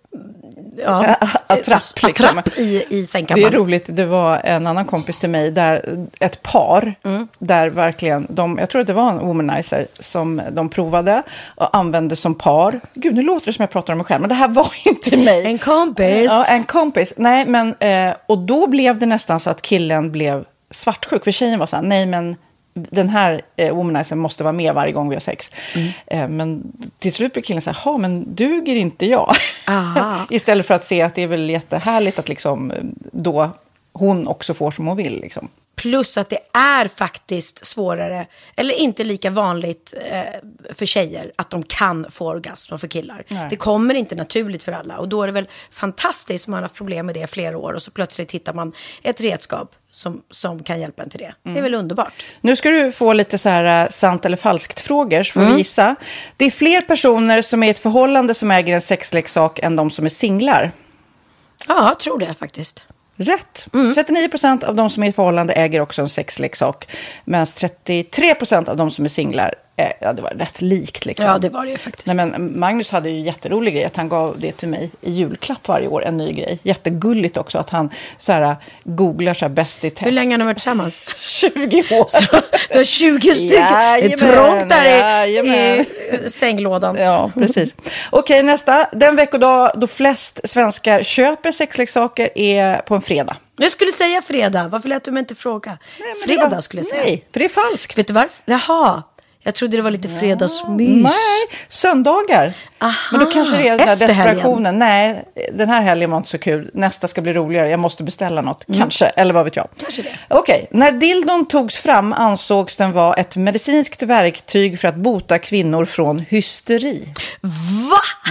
attrapp i sängkammaren. Det är roligt, det var en annan kompis till mig där ett par där verkligen jag tror att det var en womanizer som de provade och använde som par. Gud, nu låter det som jag pratar om mig själv, men det här var inte mig. En kompis. Ja, en kompis. Nej, men och då blev det nästan så att killen blev svartsjuk, för tjejen var så här, nej men den här womanizer måste vara med varje gång vi har sex. Men till slut blir killen så här, men duger inte jag? Istället för att se att det är väl jättehärligt att liksom, då hon också får som hon vill. Liksom. Plus att det är faktiskt svårare, eller inte lika vanligt för tjejer att de kan få orgasm för killar. Nej. Det kommer inte naturligt för alla. Och då är det väl fantastiskt om man har haft problem med det flera år och så plötsligt hittar man ett redskap som kan hjälpa en till det. Det är väl underbart. Nu ska du få lite så här sant eller falskt frågor så får vi gissa. Det är fler personer som är i ett förhållande som äger en sexleksak än de som är singlar. Ja, jag tror det faktiskt. Rätt. 39% av de som är i förhållande äger också en sexleksak. Medan 33% av de som är singlar, det var rätt likt. Liksom. Ja, det var det ju faktiskt. Nej, men Magnus hade ju jätterolig grej att han gav det till mig i julklapp varje år, en ny grej. Jättegulligt också att han så här, googlar så här bäst i test. Hur länge har ni varit tillsammans? 20 år. Så, du har 20 stycken. Det är trångt där i sänglådan. Ja, precis. Okej, nästa. Den veckodag då flest svenskar köper sexleksaker är på en fredag. Jag skulle säga fredag. Varför lät du mig inte fråga? Fredag skulle jag säga. Nej, för det är falskt. Vet du varför? Jaha. Jag trodde det var lite fredagsmys. Nej, söndagar. Aha, men då kanske det är den här desperationen. Helgen. Nej, den här helgen var inte så kul. Nästa ska bli roligare. Jag måste beställa något. Kanske, eller vad vet jag. Kanske det. Okej, när dildon togs fram ansågs den vara ett medicinskt verktyg för att bota kvinnor från hysteri. Va?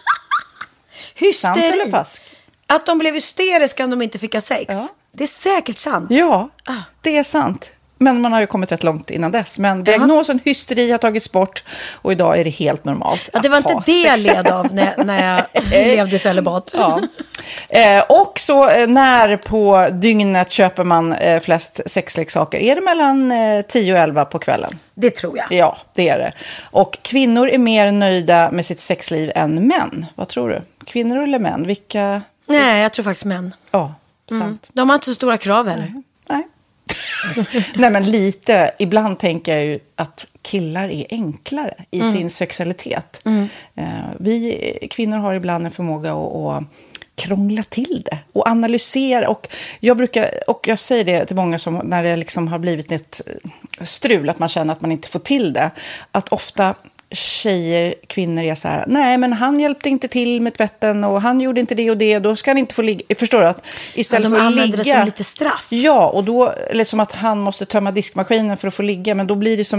Hysteri? Sant eller falskt? Att de blev hysteriska om de inte fick ha sex. Ja. Det är säkert sant. Ja, det är sant. Men man har ju kommit rätt långt innan dess. Men diagnosen hysteri har tagits bort och idag är det helt normalt. Ja, det var inte det jag led av när jag levde i celibat. Ja. Och så när på dygnet köper man flest sexleksaker? Är det mellan 10 och 11 på kvällen? Det tror jag. Ja, det är det. Och kvinnor är mer nöjda med sitt sexliv än män. Vad tror du? Kvinnor eller män? Vilka? Nej, jag tror faktiskt män. Ja, sant. De har inte så stora krav heller. Nej. Nej, men lite. Ibland tänker jag ju att killar är enklare i sin sexualitet. Vi kvinnor har ibland en förmåga att krångla till det och analysera. Och jag säger det till många som när det liksom har blivit ett strul, att man känner att man inte får till det. Att ofta kvinnor är så här, nej men han hjälpte inte till med tvätten och han gjorde inte det och det, då ska han inte få ligga. Förstår du? Att istället för att ligga, det som lite straff. Ja, och då eller som att han måste tömma diskmaskinen för att få ligga, men då blir det som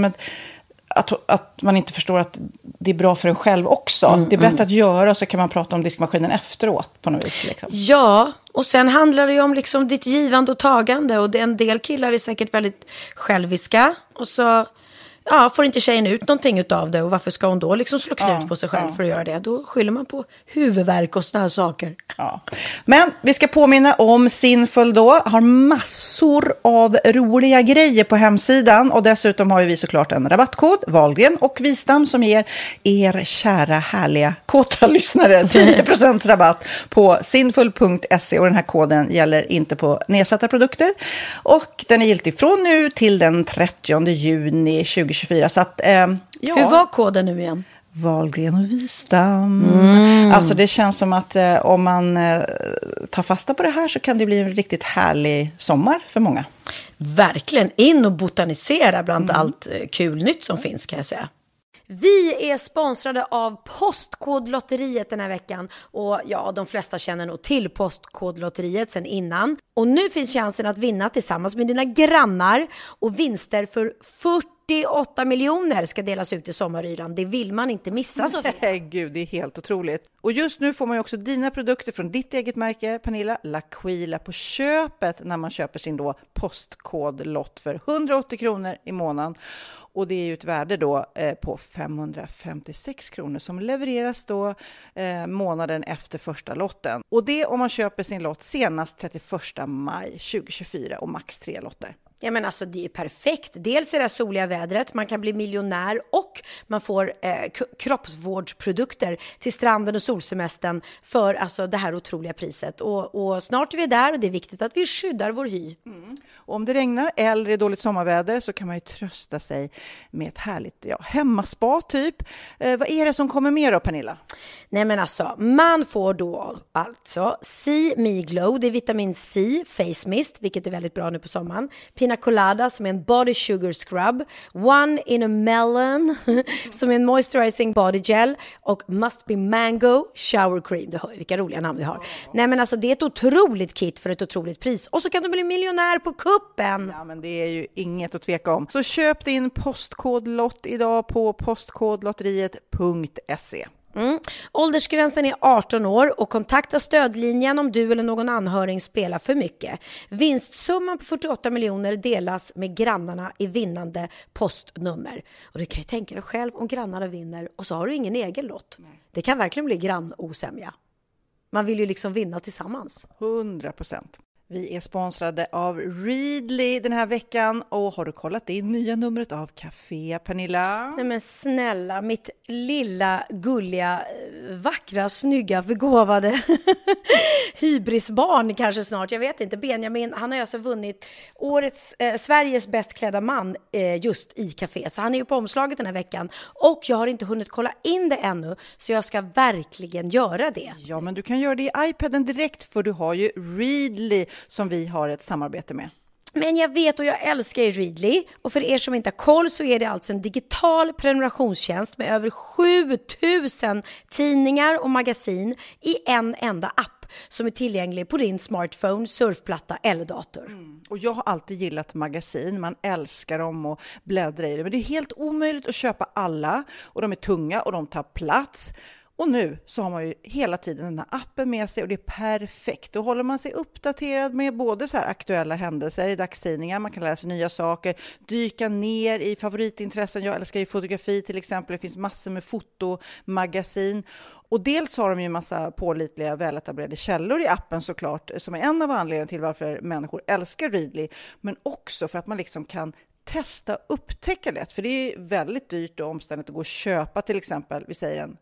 att man inte förstår att det är bra för en själv också. Det är bättre att göra, och så kan man prata om diskmaskinen efteråt på något vis. Liksom. Ja, och sen handlar det ju om liksom ditt givande och tagande. Och en del killar är säkert väldigt själviska. Och så får inte tjejen ut någonting utav det. Och varför ska hon då liksom slå knut på sig själv för att göra det? Då skyller man på huvudvärk och sådana saker. Ja. Men vi ska påminna om Sinful då. Har massor av roliga grejer på hemsidan. Och dessutom har vi såklart en rabattkod, Wahlgren och Wistam, som ger er kära, härliga, kåta lyssnare 10% rabatt på sinful.se. Och den här koden gäller inte på nedsatta produkter. Och den är giltig från nu till den 30 juni 2024. Så att, Hur var koden nu igen? Wahlgren och Wistam. Alltså det känns som att om man tar fasta på det här så kan det bli en riktigt härlig sommar för många. Verkligen, in och botanisera bland allt kul nytt som finns, kan jag säga. Vi är sponsrade av Postkodlotteriet den här veckan. Och de flesta känner nog till Postkodlotteriet sen innan. Och nu finns chansen att vinna tillsammans med dina grannar. Och vinster för 48 miljoner ska delas ut i sommaryran. Det vill man inte missa, Sofia. Gud, det är helt otroligt. Och just nu får man ju också dina produkter från ditt eget märke, Pernilla, L'Aquila, på köpet när man köper sin då postkodlott för 180 kronor i månaden. Och det är ju ett värde då på 556 kronor som levereras då månaden efter första lotten. Och det om man köper sin lott senast 31 maj 2024 och max 3 lotter. Ja, men alltså det är perfekt. Dels är det soliga vädret, man kan bli miljonär och man får kroppsvårdsprodukter till stranden och solsemestern för alltså det här otroliga priset. Och snart är vi där och det är viktigt att vi skyddar vår hy. Och om det regnar eller är dåligt sommarväder så kan man ju trösta sig med ett härligt hemmaspa typ. Vad är det som kommer med då, Pernilla? Nej, men alltså man får då alltså See Me Glow, det är vitamin C, face mist, vilket är väldigt bra nu på sommaren. Pina Colada som är en body sugar scrub, One in a Melon som är en moisturizing body gel och Must Be Mango shower cream. Du hör vilka roliga namn vi har. Nej, men alltså det är ett otroligt kit för ett otroligt pris. Och så kan du bli miljonär på kuppen. Ja, men det är ju inget att tveka om. Så köp din postkodlott idag på postkodlotteriet.se. Åldersgränsen är 18 år och kontakta stödlinjen om du eller någon anhörig spelar för mycket. Vinstsumman på 48 miljoner delas med grannarna i vinnande postnummer. Och du kan ju tänka dig själv om grannarna vinner och så har du ingen egen lott. Nej. Det kan verkligen bli grannosämja. Man vill ju liksom vinna tillsammans. 100%. Vi är sponsrade av Readly den här veckan. Och har du kollat in nya numret av Café, Pernilla? Nej men snälla, mitt lilla, gulliga, vackra, snygga, begåvade hybrisbarn kanske snart. Jag vet inte, Benjamin, han har alltså vunnit årets Sveriges bäst klädda man just i Café. Så han är ju på omslaget den här veckan. Och jag har inte hunnit kolla in det ännu. Så jag ska verkligen göra det. Ja, men du kan göra det i iPaden direkt för du har ju Readly som vi har ett samarbete med. Men jag vet och jag älskar ju Readly. Och för er som inte har koll så är det alltså en digital prenumerationstjänst med över 7000 tidningar och magasin i en enda app som är tillgänglig på din smartphone, surfplatta eller dator. Och jag har alltid gillat magasin. Man älskar dem och bläddra i det. Men det är helt omöjligt att köpa alla. Och de är tunga och de tar plats. Och nu så har man ju hela tiden den här appen med sig och det är perfekt. Då håller man sig uppdaterad med både så här aktuella händelser i dagstidningar. Man kan lära sig nya saker, dyka ner i favoritintressen. Jag älskar ju fotografi till exempel. Det finns massor med fotomagasin. Och dels har de ju massa pålitliga, väletablerade källor i appen såklart. Som är en av anledningarna till varför människor älskar Readly. Men också för att man liksom kan testa, upptäcka lätt. För det är väldigt dyrt och omständigt att gå och köpa till exempel, vi säger en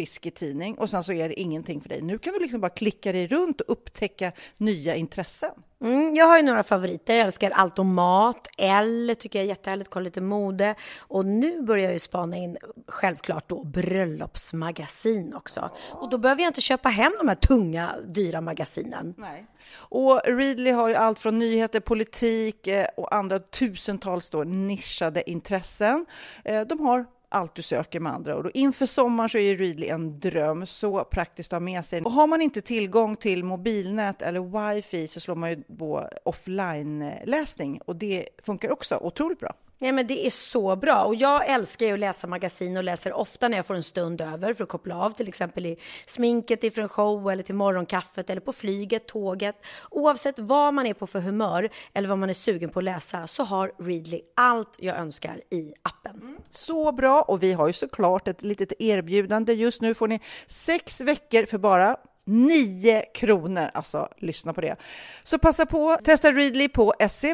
sportfisketidning och sen så är det ingenting för dig. Nu kan du liksom bara klicka dig runt och upptäcka nya intressen. Jag har ju några favoriter. Jag älskar allt om mat. Elle tycker jag är jättehärligt. Kolla lite mode. Och nu börjar jag ju spana in, självklart då, bröllopsmagasin också. Och då behöver jag inte köpa hem de här tunga, dyra magasinen. Nej. Och Readly har ju allt från nyheter, politik och andra tusentals då nischade intressen. De har allt du söker med andra. Och inför sommaren så är Readly en dröm, så praktiskt att ha med sig. Och har man inte tillgång till mobilnät eller wifi så slår man ju på offline-läsning. Och det funkar också otroligt bra. Nej, men det är så bra. Och jag älskar ju att läsa magasin och läser ofta när jag får en stund över för att koppla av. Till exempel i sminket ifrån en show eller till morgonkaffet eller på flyget, tåget. Oavsett vad man är på för humör eller vad man är sugen på att läsa så har Readly allt jag önskar i appen. Så bra, och vi har ju såklart ett litet erbjudande. Just nu får ni 6 veckor för bara 9 kronor, alltså lyssna på det. Så passa på, testa Readly på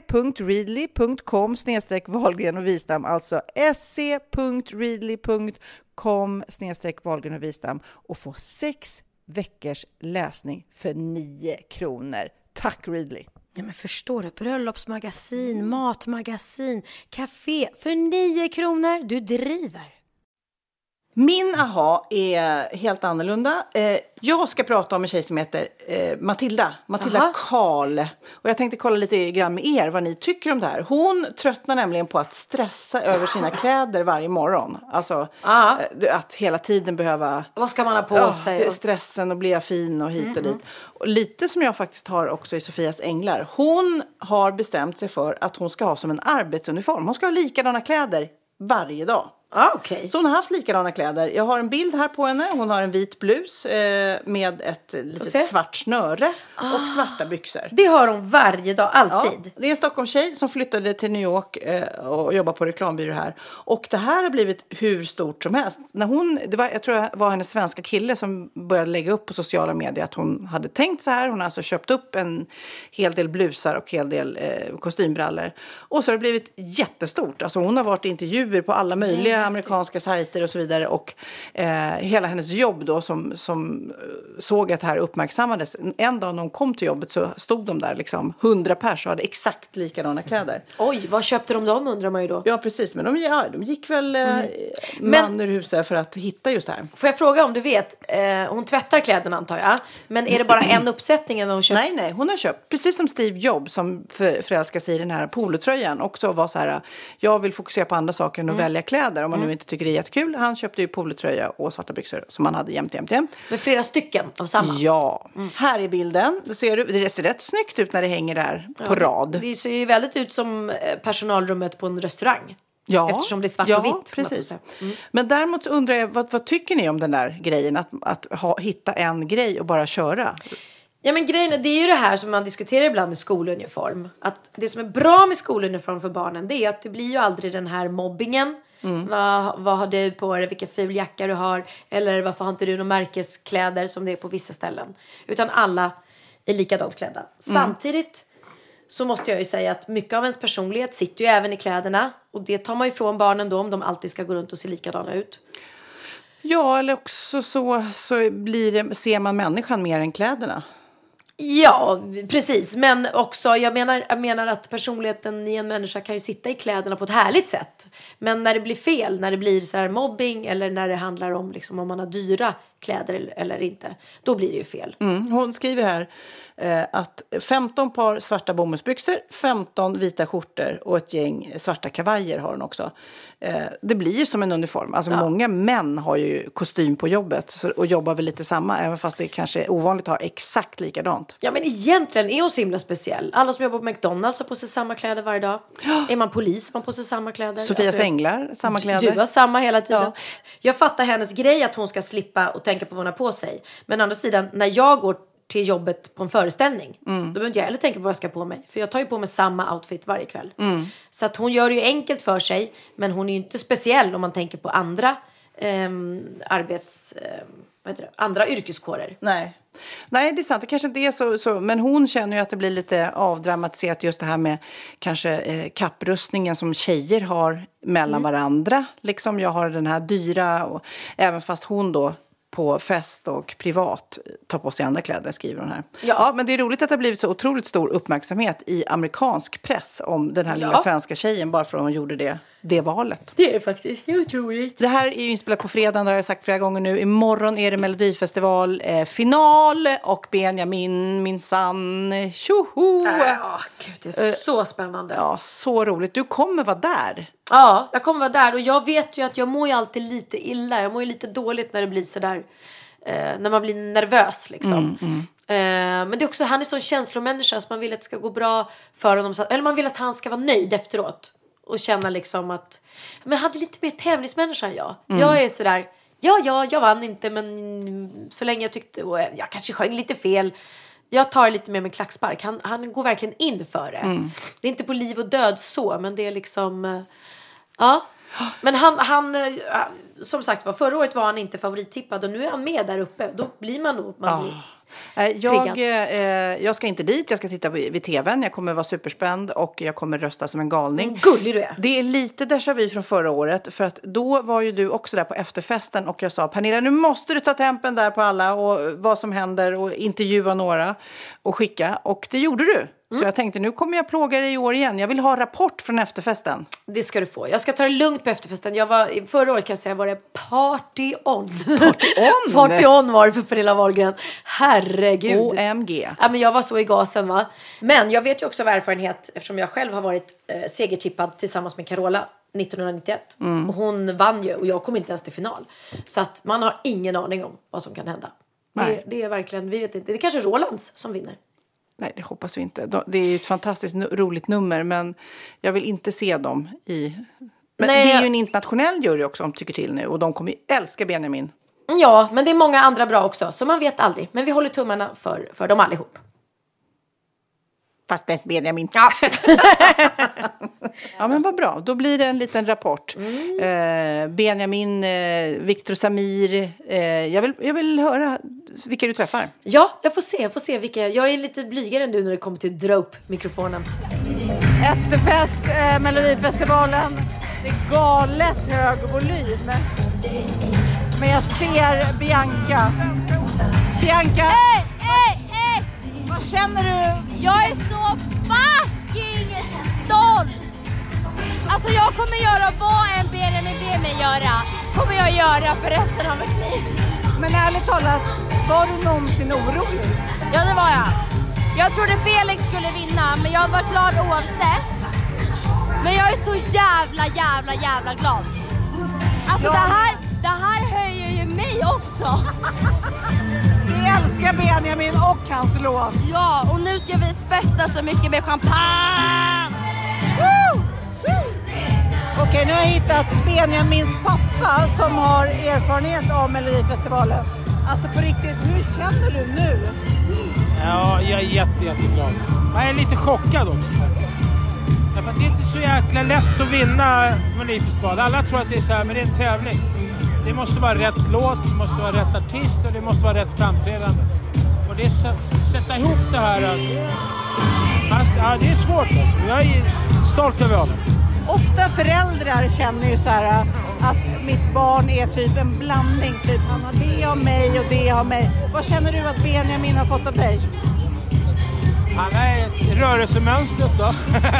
se.readly.com/Wahlgren och Wistam, alltså se.readly.com/Wahlgren och Wistam och få 6 veckors läsning för 9 kronor. Tack Readly! Ja, men förstår du? Bröllopsmagasin, matmagasin, café för 9 kronor. Du driver! Min aha är helt annorlunda. Jag ska prata om en tjej som heter Matilda Karl. Och jag tänkte kolla lite grann med er vad ni tycker om det här. Hon tröttnar nämligen på att stressa över sina kläder varje morgon. Alltså att hela tiden behöva... Vad ska man ha på sig? Stressen och bli fin och hit och dit. Och lite som jag faktiskt har också i Sofias Änglar. Hon har bestämt sig för att hon ska ha som en arbetsuniform. Hon ska ha likadana kläder varje dag. Okay. Så hon har haft likadana kläder. Jag har en bild här på henne. Hon har en vit blus med ett litet svart snöre och svarta byxor. Det har hon varje dag, alltid. Ja, det är en Stockholmstjej som flyttade till New York och jobbar på reklambyrå här. Och det här har blivit hur stort som helst. När jag tror det var hennes svenska kille som började lägga upp på sociala medier att hon hade tänkt så här. Hon har alltså köpt upp en hel del blusar och hel del kostymbrallor. Och så har det blivit jättestort. Alltså hon har varit i intervjuer på alla möjliga amerikanska sajter och så vidare, och hela hennes jobb då som såg att det här uppmärksammades. En dag när hon kom till jobbet så stod de där liksom 100 pers och hade exakt likadana kläder. Oj, vad köpte de dem undrar man ju då. Ja, precis, men de gick väl man ur huset för att hitta just det här. Får jag fråga om du vet, hon tvättar kläderna antar jag, men är det bara en uppsättning eller hon köpt? Nej, hon har köpt, precis som Steve Jobs som förälskar sig i den här polotröjan också var så här, jag vill fokusera på andra saker än att välja kläder om man nu inte tycker det är jättekul. Han köpte ju polotröja och svarta byxor som han hade jämt. Med flera stycken av samma? Ja. Här är bilden. Det ser rätt snyggt ut när det hänger där på rad. Det ser ju väldigt ut som personalrummet på en restaurang. Ja. Eftersom det är svart och vitt. Precis. Men däremot undrar jag, vad tycker ni om den där grejen? Att hitta en grej och bara köra? Ja, men grejen är, det är ju det här som man diskuterar ibland med skoluniform. Att det som är bra med skoluniform för barnen, det är att det blir ju aldrig den här mobbingen. Vad har du på dig? Vilka ful jacka du har? Eller varför har inte du några märkeskläder som det är på vissa ställen? Utan alla är likadant klädda. Samtidigt så måste jag ju säga att mycket av ens personlighet sitter ju även i kläderna. Och det tar man ju ifrån barnen då om de alltid ska gå runt och se likadana ut. Ja, eller också så ser man människan mer än kläderna. Ja, precis. Men också, jag menar att personligheten i en människa kan ju sitta i kläderna på ett härligt sätt. Men när det blir fel, när det blir så här mobbing eller när det handlar om liksom, om man har dyra kläder eller inte, då blir det ju fel. Hon skriver här att 15 par svarta bomullsbyxor, 15 vita skjortor och ett gäng svarta kavajer har hon också. Det blir ju som en uniform. Alltså många män har ju kostym på jobbet och jobbar väl lite samma, även fast det kanske är ovanligt att ha exakt likadant. Ja, men egentligen är hon så himla speciell. Alla som jobbar på McDonald's har på sig samma kläder varje dag. Är man polis har man på sig samma kläder. Sofias Änglar, samma kläder. Du har samma hela tiden. Ja. Jag fattar hennes grej att hon ska slippa och tänka på vad hon har på sig. Men å andra sidan, när jag går till jobbet på en föreställning, då behöver inte jag heller tänka på vad jag ska på mig. För jag tar ju på mig samma outfit varje kväll. Så att hon gör det ju enkelt för sig, men hon är ju inte speciell om man tänker på andra andra yrkeskårer. Nej, det är sant. Det kanske inte är så. Men hon känner ju att det blir lite avdramatiserat just det här med kanske kapprustningen som tjejer har mellan varandra. Liksom jag har den här dyra, och även fast hon då på fest och privat ta på sig andra kläder, skriver hon här. Ja, men det är roligt att det har blivit så otroligt stor uppmärksamhet i amerikansk press om den här lilla svenska tjejen bara för att hon gjorde det valet. Det är faktiskt otroligt. Det här är ju inspelat på fredagen, det har jag sagt flera gånger nu. Imorgon är det Melodifestival final och Benjamin minsann. Tjoho! Gud, det är så spännande. Ja, så roligt. Du kommer vara där. Ja, jag kommer vara där och jag vet ju att jag mår ju alltid lite illa. Jag mår ju lite dåligt när det blir sådär, när man blir nervös liksom. Men det är också, han är sån känslomänniska så man vill att det ska gå bra för honom. Eller man vill att han ska vara nöjd efteråt. Och känna liksom att, men han är lite mer tävlingsmänniska än jag. Jag är sådär, jag vann inte men så länge jag tyckte, och jag kanske sjöng lite fel. Jag tar lite mer med klackspark. Han går verkligen in för det. Det är inte på liv och död så, men det är liksom, ja. Men han som sagt var, förra året var han inte favorittippad och nu är han med där uppe. Då blir man nog, jag ska inte dit, jag ska titta vid tvn. Jag kommer vara superspänd och jag kommer rösta som en galning. Gullig du är. Det är lite déjà vu från förra året. För att då var ju du också där på efterfesten och jag sa, Pernilla, nu måste du ta tempen där på alla och vad som händer och intervjua några och skicka. Och det gjorde du. Så jag tänkte, nu kommer jag plåga dig i år igen. Jag vill ha rapport från efterfesten. Det ska du få. Jag ska ta det lugnt på efterfesten. Förra året kan jag säga var det party on. Party on var det för Pernilla Wahlgren. Herregud. OMG. Ja, men jag var så i gasen, va. Men jag vet ju också av erfarenhet, eftersom jag själv har varit segertippad tillsammans med Carola 1991. Och hon vann ju och jag kom inte ens till final. Så att man har ingen aning om vad som kan hända. Det är verkligen, vi vet inte. Det är kanske Rolands som vinner. Nej, det hoppas vi inte. Det är ju ett fantastiskt roligt nummer, men jag vill inte se dem i... Men det är ju en internationell jury också som tycker till nu, och de kommer ju älska Benjamin. Ja, men det är många andra bra också, så man vet aldrig. Men vi håller tummarna för dem allihop. Fast bäst Benjamin. Ja. Ja, men vad bra. Då blir det en liten rapport. Benjamin, Victor Samir. Jag vill höra vilka du träffar. Ja, jag får se vilka. Jag är lite blygare nu när det kommer till att dra upp mikrofonen. Efterfest, Melodifestivalen. Det är galet hög volym. Men jag ser Bianca. Hej! Vad känner du? Jag är så fucking stolt! Alltså jag kommer göra vad en Benjamin ber mig göra. Kommer jag göra för resten av mitt liv. Men ärligt talat, var du någonsin orolig? Ja, det var jag. Jag trodde Felix skulle vinna, men jag var klar oavsett. Men jag är så jävla glad. Alltså det här höjer ju mig också. Vi älskar Benjamin och hans låt. Ja, och nu ska vi festa så mycket med champagne. Okej, nu har jag hittat Benjamins pappa som har erfarenhet av Melodifestivalen. Alltså på riktigt, hur känner du nu? Ja, jag är jätteglad. Jag är lite chockad också. Därför att det är inte så jäkla lätt att vinna Melodifestivalen. Alla tror att det är så här, men det är en tävling. Det måste vara rätt låt, det måste vara rätt artist och det måste vara rätt framträdande. Och det är sätta ihop det här. Fast, ja, det är svårt alltså. Jag är stolt över honom. Ofta föräldrar känner ju så här att mitt barn är typ en blandning. Typ han har det av mig och det av mig. Vad känner du att Benjamin har fått av dig? Han är rörelsemönstret då.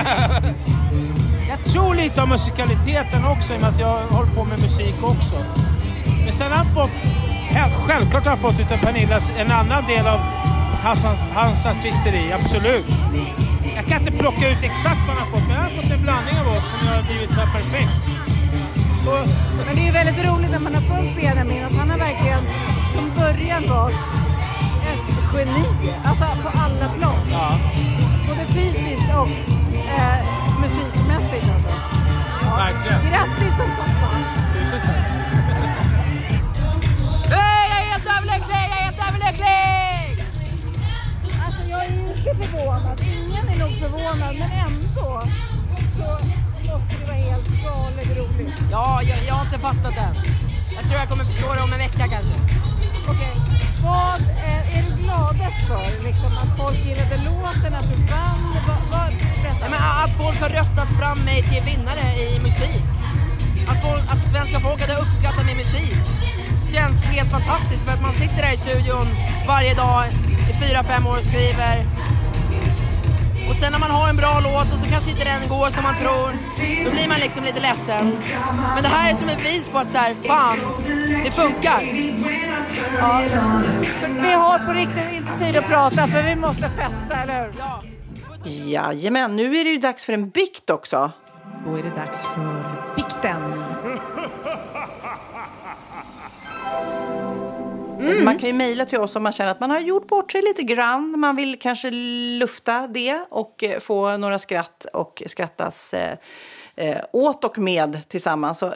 Jag tror lite om musikaliteten också, i och med att jag håller på med musik också. Men sen har han fått, självklart har han fått utav Pernillas en annan del av hans artisteri, absolut. Jag kan inte plocka ut exakt vad han har fått, men han har fått en blandning av oss som har blivit så perfekt. Så, men det är ju väldigt roligt när man har följt Benjamin, att han har verkligen från början varit ett geni. Alltså på alla plan. Ja. Både fysiskt och musikmässigt alltså. Ja. Verkligen. Grattis som pappa. Tusen tack. Hej, jag är helt överlycklig! Alltså jag är inte förvånad. Ingen är nog förvånad, men ändå så måste det vara helt galet roligt. Ja, jag har inte fattat det. Jag tror jag kommer förstå det om en vecka kanske. Okej. Vad är du gladast för? Liksom att folk gillade låten, att du vann? Ja, men att folk har röstat fram mig till vinnare i musik. Att svenska folk hade uppskattat min musik. känns helt fantastiskt för att man sitter där i studion varje dag i 4-5 år och skriver. Och sen när man har en bra låt och så kanske inte den går som man tror, då blir man liksom lite ledsen. Men det här är som ett bevis på att så här, fan, det funkar. Ja, vi har på riktigt inte tid att prata för vi måste festa, eller hur? Ja. Jajamän, nu är det ju dags för en bikt också. Då är det dags för bikten. Man kan ju mejla till oss om man känner att man har gjort bort sig lite grann. Man vill kanske lufta det och få några skratt och skrattas åt och med tillsammans. Så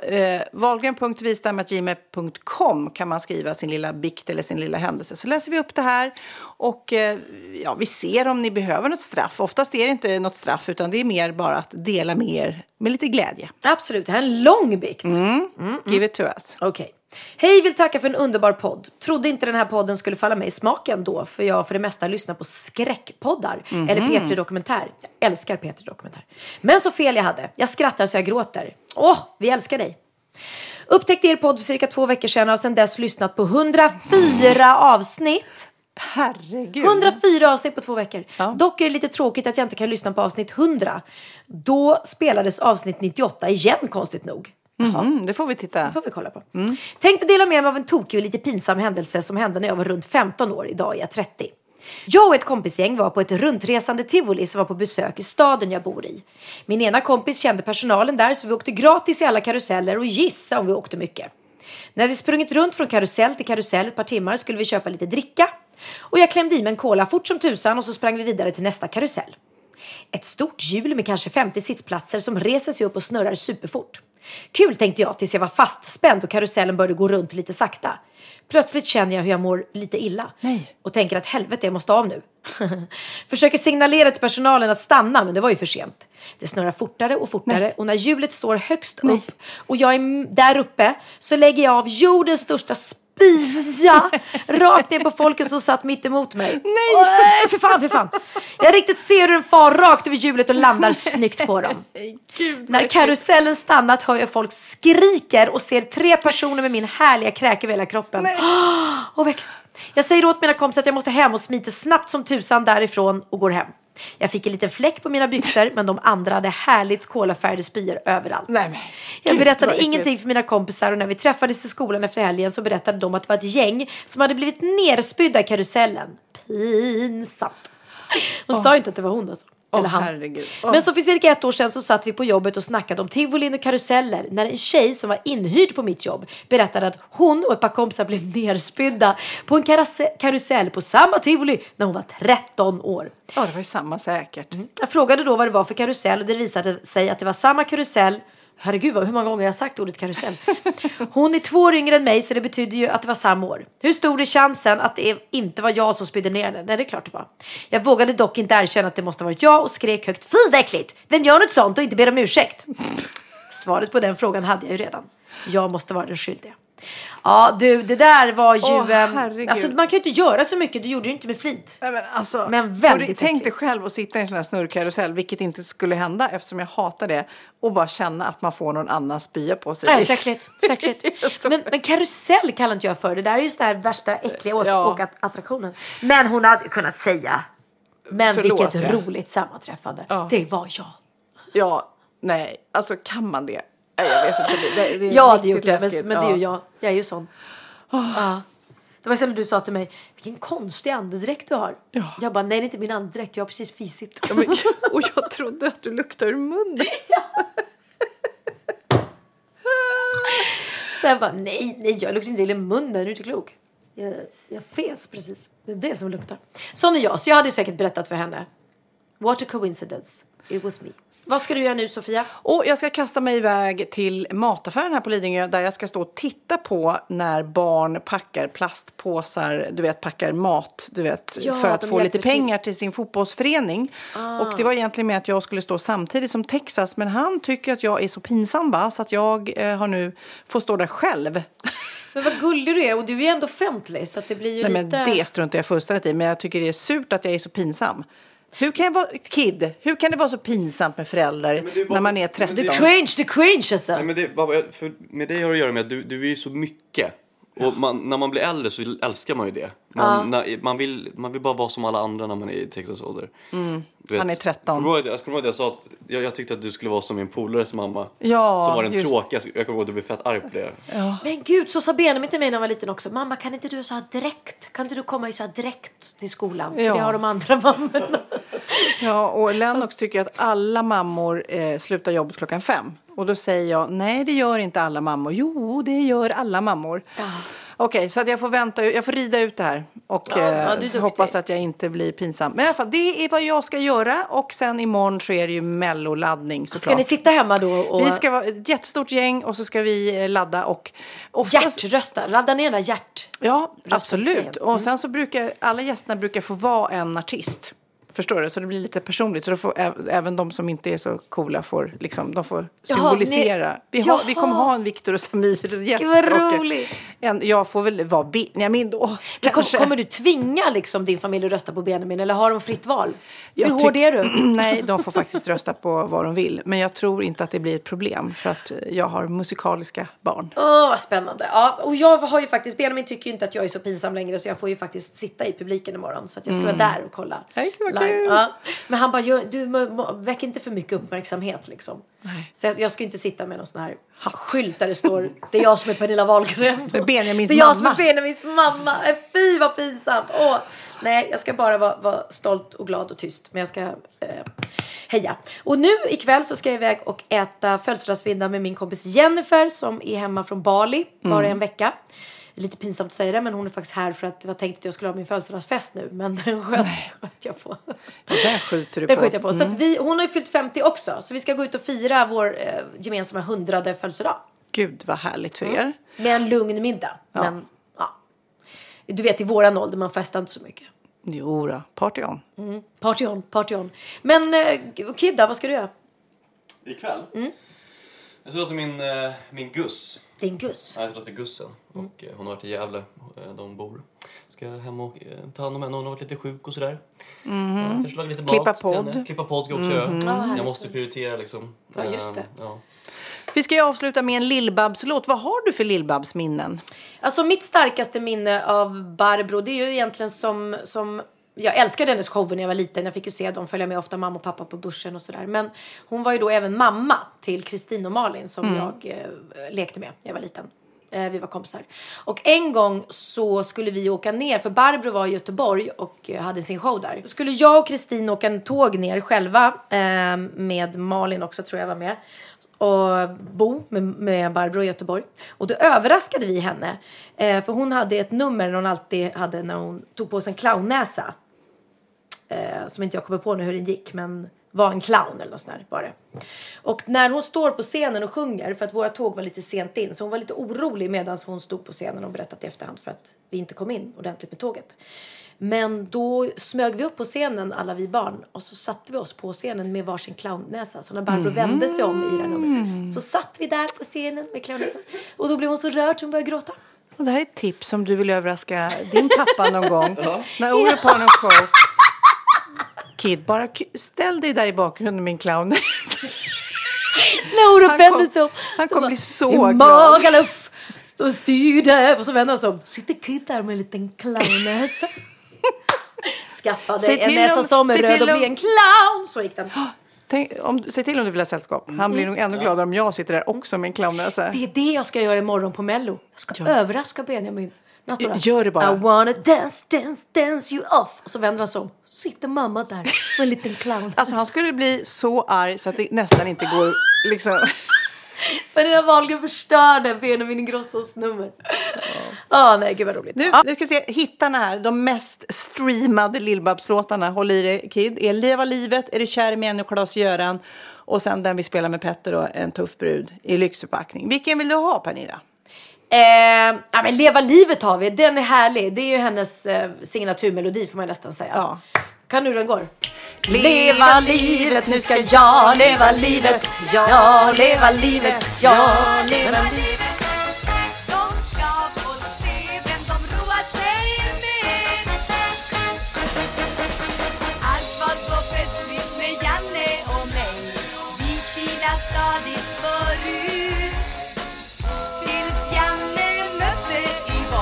wahlgren.wistam@gmail.com kan man skriva sin lilla bikt eller sin lilla händelse. Så läser vi upp det här och vi ser om ni behöver något straff. Oftast är det inte något straff utan det är mer bara att dela med er med lite glädje. Absolut, det här är en lång bikt. Give it to us. Okej. Hej, vill tacka för en underbar podd. Trodde inte den här podden skulle falla mig i smaken då, för jag för det mesta lyssnar på skräckpoddar eller P3 Dokumentär. Jag älskar P3 Dokumentär. Men så fel jag hade. Jag skrattar så jag gråter. Vi älskar dig. Upptäckte er podd för cirka 2 veckor sedan och har sedan dess lyssnat på 104 avsnitt. Herregud. 104 avsnitt på 2 veckor. Ja. Dock är det lite tråkigt att jag inte kan lyssna på avsnitt 100. Då spelades avsnitt 98 igen, konstigt nog. Det får vi titta. Det får vi kolla på. Tänkte dela med mig av en tokig och lite pinsam händelse som hände när jag var runt 15 år. Idag är jag 30. Jag och ett kompisgäng var på ett runtresande tivoli som var på besök i staden jag bor i. Min ena kompis kände personalen där så vi åkte gratis i alla karuseller och gissa om vi åkte mycket. När vi sprungit runt från karusell till karusell ett par timmar skulle vi köpa lite dricka. Och jag klämde i mig en cola fort som tusan och så sprang vi vidare till nästa karusell. Ett stort hjul med kanske 50 sittplatser som reser sig upp och snurrar superfort. Kul tänkte jag tills jag var fastspänd och karusellen började gå runt lite sakta. Plötsligt känner jag hur jag mår lite illa. Nej. Och tänker att helvete, jag måste av nu. Försöker signalera till personalen att stanna, men det var ju för sent. Det snurrar fortare och fortare. Nej. Och när hjulet står högst upp och jag är där uppe så lägger jag av jordens största spya rakt ner på folket som satt mitt emot mig. Nej! För fan. Jag riktigt ser hur den far rakt över hjulet och landar snyggt på dem. Gud, när karusellen stannat hör jag folk skriker och ser 3 personer med min härliga kräk över hela kroppen. Verkligen. Jag säger åt mina kompisar att jag måste hem och smiter snabbt som tusan därifrån och går hem. Jag fick en liten fläck på mina byxor men de andra hade härligt kolafärgade spyor överallt. Jag berättade ingenting för mina kompisar och när vi träffades i skolan efter helgen så berättade de att det var ett gäng som hade blivit nerspydda i karusellen. Pinsamt. Hon sa inte att det var hon alltså. Eller han. Herregud. Men så för cirka 1 år sedan så satt vi på jobbet och snackade om tivolin och karuseller när en tjej som var inhyrd på mitt jobb berättade att hon och ett par kompisar blev nerspydda på en karusell på samma tivoli när hon var 13 år. Det var ju samma säkert. Jag frågade då vad det var för karusell och det visade sig att det var samma karusell. Herregud, hur många gånger jag har sagt ordet karusell. Hon är 2 år yngre än mig så det betyder ju att det var samma år. Hur stor är chansen att det inte var jag som spydde ner den? Nej, det är klart det var. Jag vågade dock inte erkänna att det måste ha varit jag och skrek högt: fy vad äckligt! Vem gör något sånt och inte ber om ursäkt? Svaret på den frågan hade jag ju redan. Jag måste vara den skyldiga. Ja, du, det där var ju... alltså, man kan ju inte göra så mycket. Du gjorde ju inte med flit. Nej, men alltså, men väldigt tänk dig själv att sitta i en sån här snurrkarusell, vilket inte skulle hända eftersom jag hatar det. Och bara känna att man får någon annan spya på sig. Ja, säkert. men karusell kallar inte jag för. Det där är ju sån här värsta äckliga åkattraktionen. Men hon hade kunnat säga... Men förlåt, vilket roligt sammanträffande. Ja. Det var jag. Ja, nej. Alltså kan man det? Jag vet inte. Det jag hade gjort det, men det är ju jag. Jag är ju sån. Ja. Det var som du sa till mig, vilken konstig andedräkt du har. Ja. Jag bara, nej det är inte min andedräkt, jag har precis fisit. Ja, men, och jag trodde att du luktade ur munnen. Så jag bara, nej, jag luktar inte i munnen, du är inte klok. Jag fes precis, det är det som luktar. Sån är jag, så jag hade ju säkert berättat för henne. What a coincidence, it was me. Vad ska du göra nu, Sofia? Jag ska kasta mig iväg till mataffären här på Lidingö där jag ska stå och titta på när barn packar plastpåsar, du vet, packar mat, du vet, för att få lite pengar till sin fotbollsförening. Och det var egentligen med att jag skulle stå samtidigt som Texas, men han tycker att jag är så pinsam så att jag har nu får stå där själv. Men vad gullig du är, och du är ändå offentlig så att det blir ju lite... Men det struntar jag fullständigt i, men jag tycker det är surt att jag är så pinsam. Hur kan jag vara kid? Hur kan det vara så pinsamt med föräldrar när man är 13? Det cringe alltså. Nej, men med dig har att göra med att du är ju så mycket. Och när man blir äldre så älskar man ju det. Man vill bara vara som alla andra när man är i Texas ålder. Han är 13. Jag kommer ihåg att jag sa att jag tyckte att du skulle vara som min polares mamma. Ja, som var den tråkiga. Jag kommer ihåg att du blev fett arg på det. Ja. Men gud, så sa Benjamin till mig när jag var liten också. Mamma, kan inte du så direkt? Kan inte du komma i så direkt till skolan? För det har de andra mammorna. Ja, och Lennox tycker att alla mammor slutar jobbet 5:00. Och då säger jag, nej det gör inte alla mammor. Jo, det gör alla mammor. Okej, så att jag får rida ut det här. Och hoppas att jag inte blir pinsam. Men i alla fall, det är vad jag ska göra. Och sen imorgon så är det ju melloladdning såklart. Ska ni sitta hemma då? Vi ska vara ett jättestort gäng och så ska vi ladda. Och hjärtrösta, ladda ner där hjärt. Ja, absolut. Och sen så alla gästerna få vara en artist. Förstår du? Så det blir lite personligt. Så då får även de som inte är så coola de får symbolisera. Vi kommer ha en Viktor och Samir gäst. Vad roligt. Jag får väl vara Benjamin då. Kommer du tvinga din familj att rösta på Benjamin? Eller har de fritt val? Hur hård är du? Nej, de får faktiskt rösta på vad de vill. Men jag tror inte att det blir ett problem. För att jag har musikaliska barn. Vad spännande. Ja, och jag har ju faktiskt, Benjamin tycker ju inte att jag är så pinsam längre. Så jag får ju faktiskt sitta i publiken imorgon. Så att jag ska vara där och kolla. Ja. Men han bara, du väcker inte för mycket uppmärksamhet liksom. Nej. Så jag ska inte sitta med någon sån här skylt där det står, det är jag som är Pernilla Wahlgren. Det är Benjamins mamma. Det är jag som är Benjamins mamma. Fy vad pinsamt. Nej, jag ska bara vara stolt och glad och tyst. Men jag ska heja. Och nu ikväll så ska jag iväg och äta födelsedagsmiddag med min kompis Jennifer som är hemma från Bali bara en vecka. Lite pinsamt att säga det, men hon är faktiskt här för att jag tänkte att jag skulle ha min födelsedagsfest nu. Men den sköt jag på. Det skjuter du på. Det skjuter jag på. Så att hon har ju fyllt 50 också. Så vi ska gå ut och fira vår gemensamma 100:e födelsedag. Gud, vad härligt för er. Med en lugn middag. Ja. Men du vet, i våran ålder, man festar inte så mycket. Jo då, party on. Party on. Men Kidda, vad ska du göra? Ikväll? Jag ska låta min Guss. Din Guss? Ja, jag ska låta Gussen. Och hon har varit i Gävle, de bor. Ska jag hem och ta hand om henne. Hon har varit lite sjuk och sådär. Kanske laga lite mat. Klippa podd ska jag också göra. Jag måste prioritera liksom. Ja, just det. Ja. Vi ska ju avsluta med en Lill-Babs-låt. Vad har du för Lill-Babs-minnen? Alltså mitt starkaste minne av Barbro, det är ju egentligen som jag älskade hennes shower när jag var liten. Jag fick ju se dem följa med ofta mamma och pappa på börsen och sådär. Men hon var ju då även mamma till Kristin och Malin som jag lekte med när jag var liten. Vi var kompisar. Och en gång så skulle vi åka ner, för Barbro var i Göteborg och hade sin show där. Då skulle jag och Kristin åka en tåg ner själva med Malin också, tror jag var med. Och bo med Barbro i Göteborg. Och då överraskade vi henne. För hon hade ett nummer hon alltid hade när hon tog på sig en clownnäsa. Som inte jag kommer på nu hur den gick, men var en clown eller något sånt där var det. Och när hon står på scenen och sjunger, för att våra tåg var lite sent in, så hon var lite orolig medan hon stod på scenen och berättade i efterhand för att vi inte kom in ordentligt med tåget. Men då smög vi upp på scenen, alla vi barn, och så satte vi oss på scenen med varsin clownnäsa. Så när Barbro vände sig om i det här numret, så satt vi där på scenen med clownnäsan. Och då blev hon så rörd som började gråta. Och det här är ett tips som du vill överraska din pappa någon gång. När Orup har någon show. Kid, bara ställ dig där i bakgrunden med en clown. När Orup vände sig om. Han kommer bli så glad. Magaluf, stå styrde. Och så vänder han sig om. Sitter Kid där med en liten clownnäsa. Skaffade en näsa som är röd och bli en clown. Så gick den. Säg till om du vill ha sällskap. Han blir nog ännu gladare om jag sitter där också med en clownnäsa. Det är det jag ska göra imorgon på Mello. Jag ska överraska Benjamin. Gör det bara. I wanna dance you off. Och så vänder han sig om. Sitter mamma där med en liten clown. Alltså han skulle bli så arg så att det nästan inte går liksom. Pernilla Wahlgren förstörde Benjamin Ingrossos nummer. Nej, gud vad roligt. Nu ska vi se hittarna här. De mest streamade Lill-Babs-låtarna. Håll i det, Kid. Är Leva livet, Är det kär med en och Klas-Göran. Och sen den vi spelar med Petter och En tuff brud i lyxförpackning. Vilken vill du ha, Pernilla? Men Leva livet har vi. Den är härlig. Det är ju hennes signaturmelodi får man nästan säga. Ja. Kan du den går? Leva livet, nu ska jag leva livet. Ja, leva livet. Ja, leva livet. De ska få se vem de roat sig med. Allt var så festligt med Janne och mig. Vi kilar stadigt förut. Tills Janne mötte i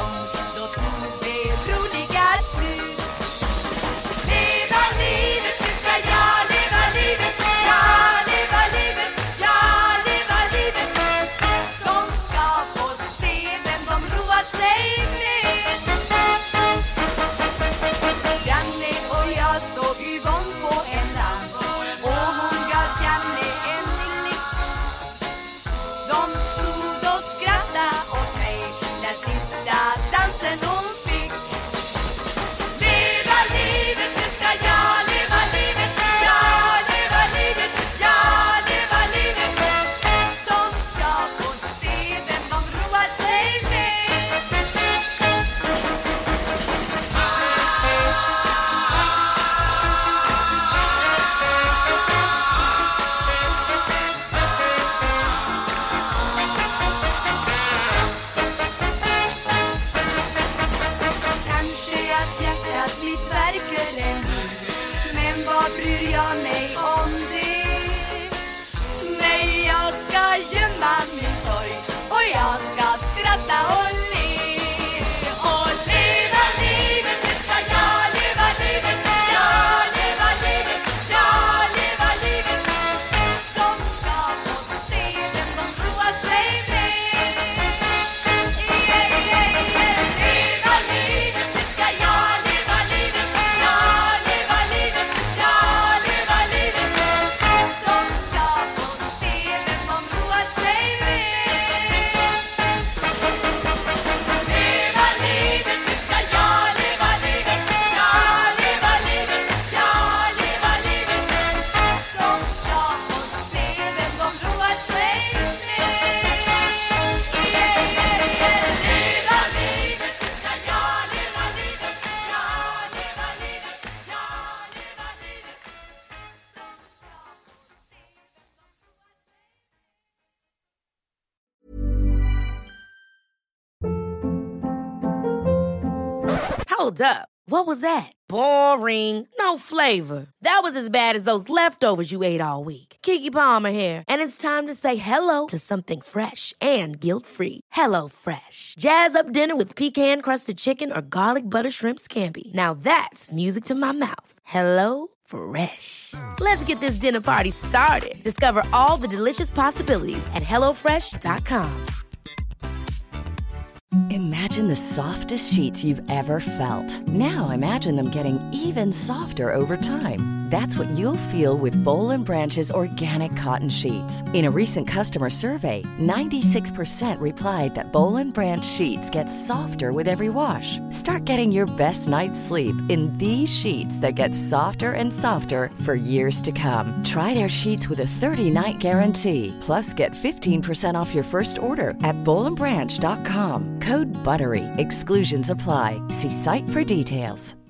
Hold up. What was that? Boring. No flavor. That was as bad as those leftovers you ate all week. Keke Palmer here, and it's time to say hello to something fresh and guilt-free. Hello Fresh. Jazz up dinner with pecan-crusted chicken or garlic butter shrimp scampi. Now that's music to my mouth. Hello Fresh. Let's get this dinner party started. Discover all the delicious possibilities at hellofresh.com. Imagine the softest sheets you've ever felt. Now imagine them getting even softer over time. That's what you'll feel with Boll & Branch's organic cotton sheets. In a recent customer survey, 96% replied that Boll & Branch sheets get softer with every wash. Start getting your best night's sleep in these sheets that get softer and softer for years to come. Try their sheets with a 30-night guarantee. Plus, get 15% off your first order at bollandbranch.com. Code BUTTERY. Exclusions apply. See site for details.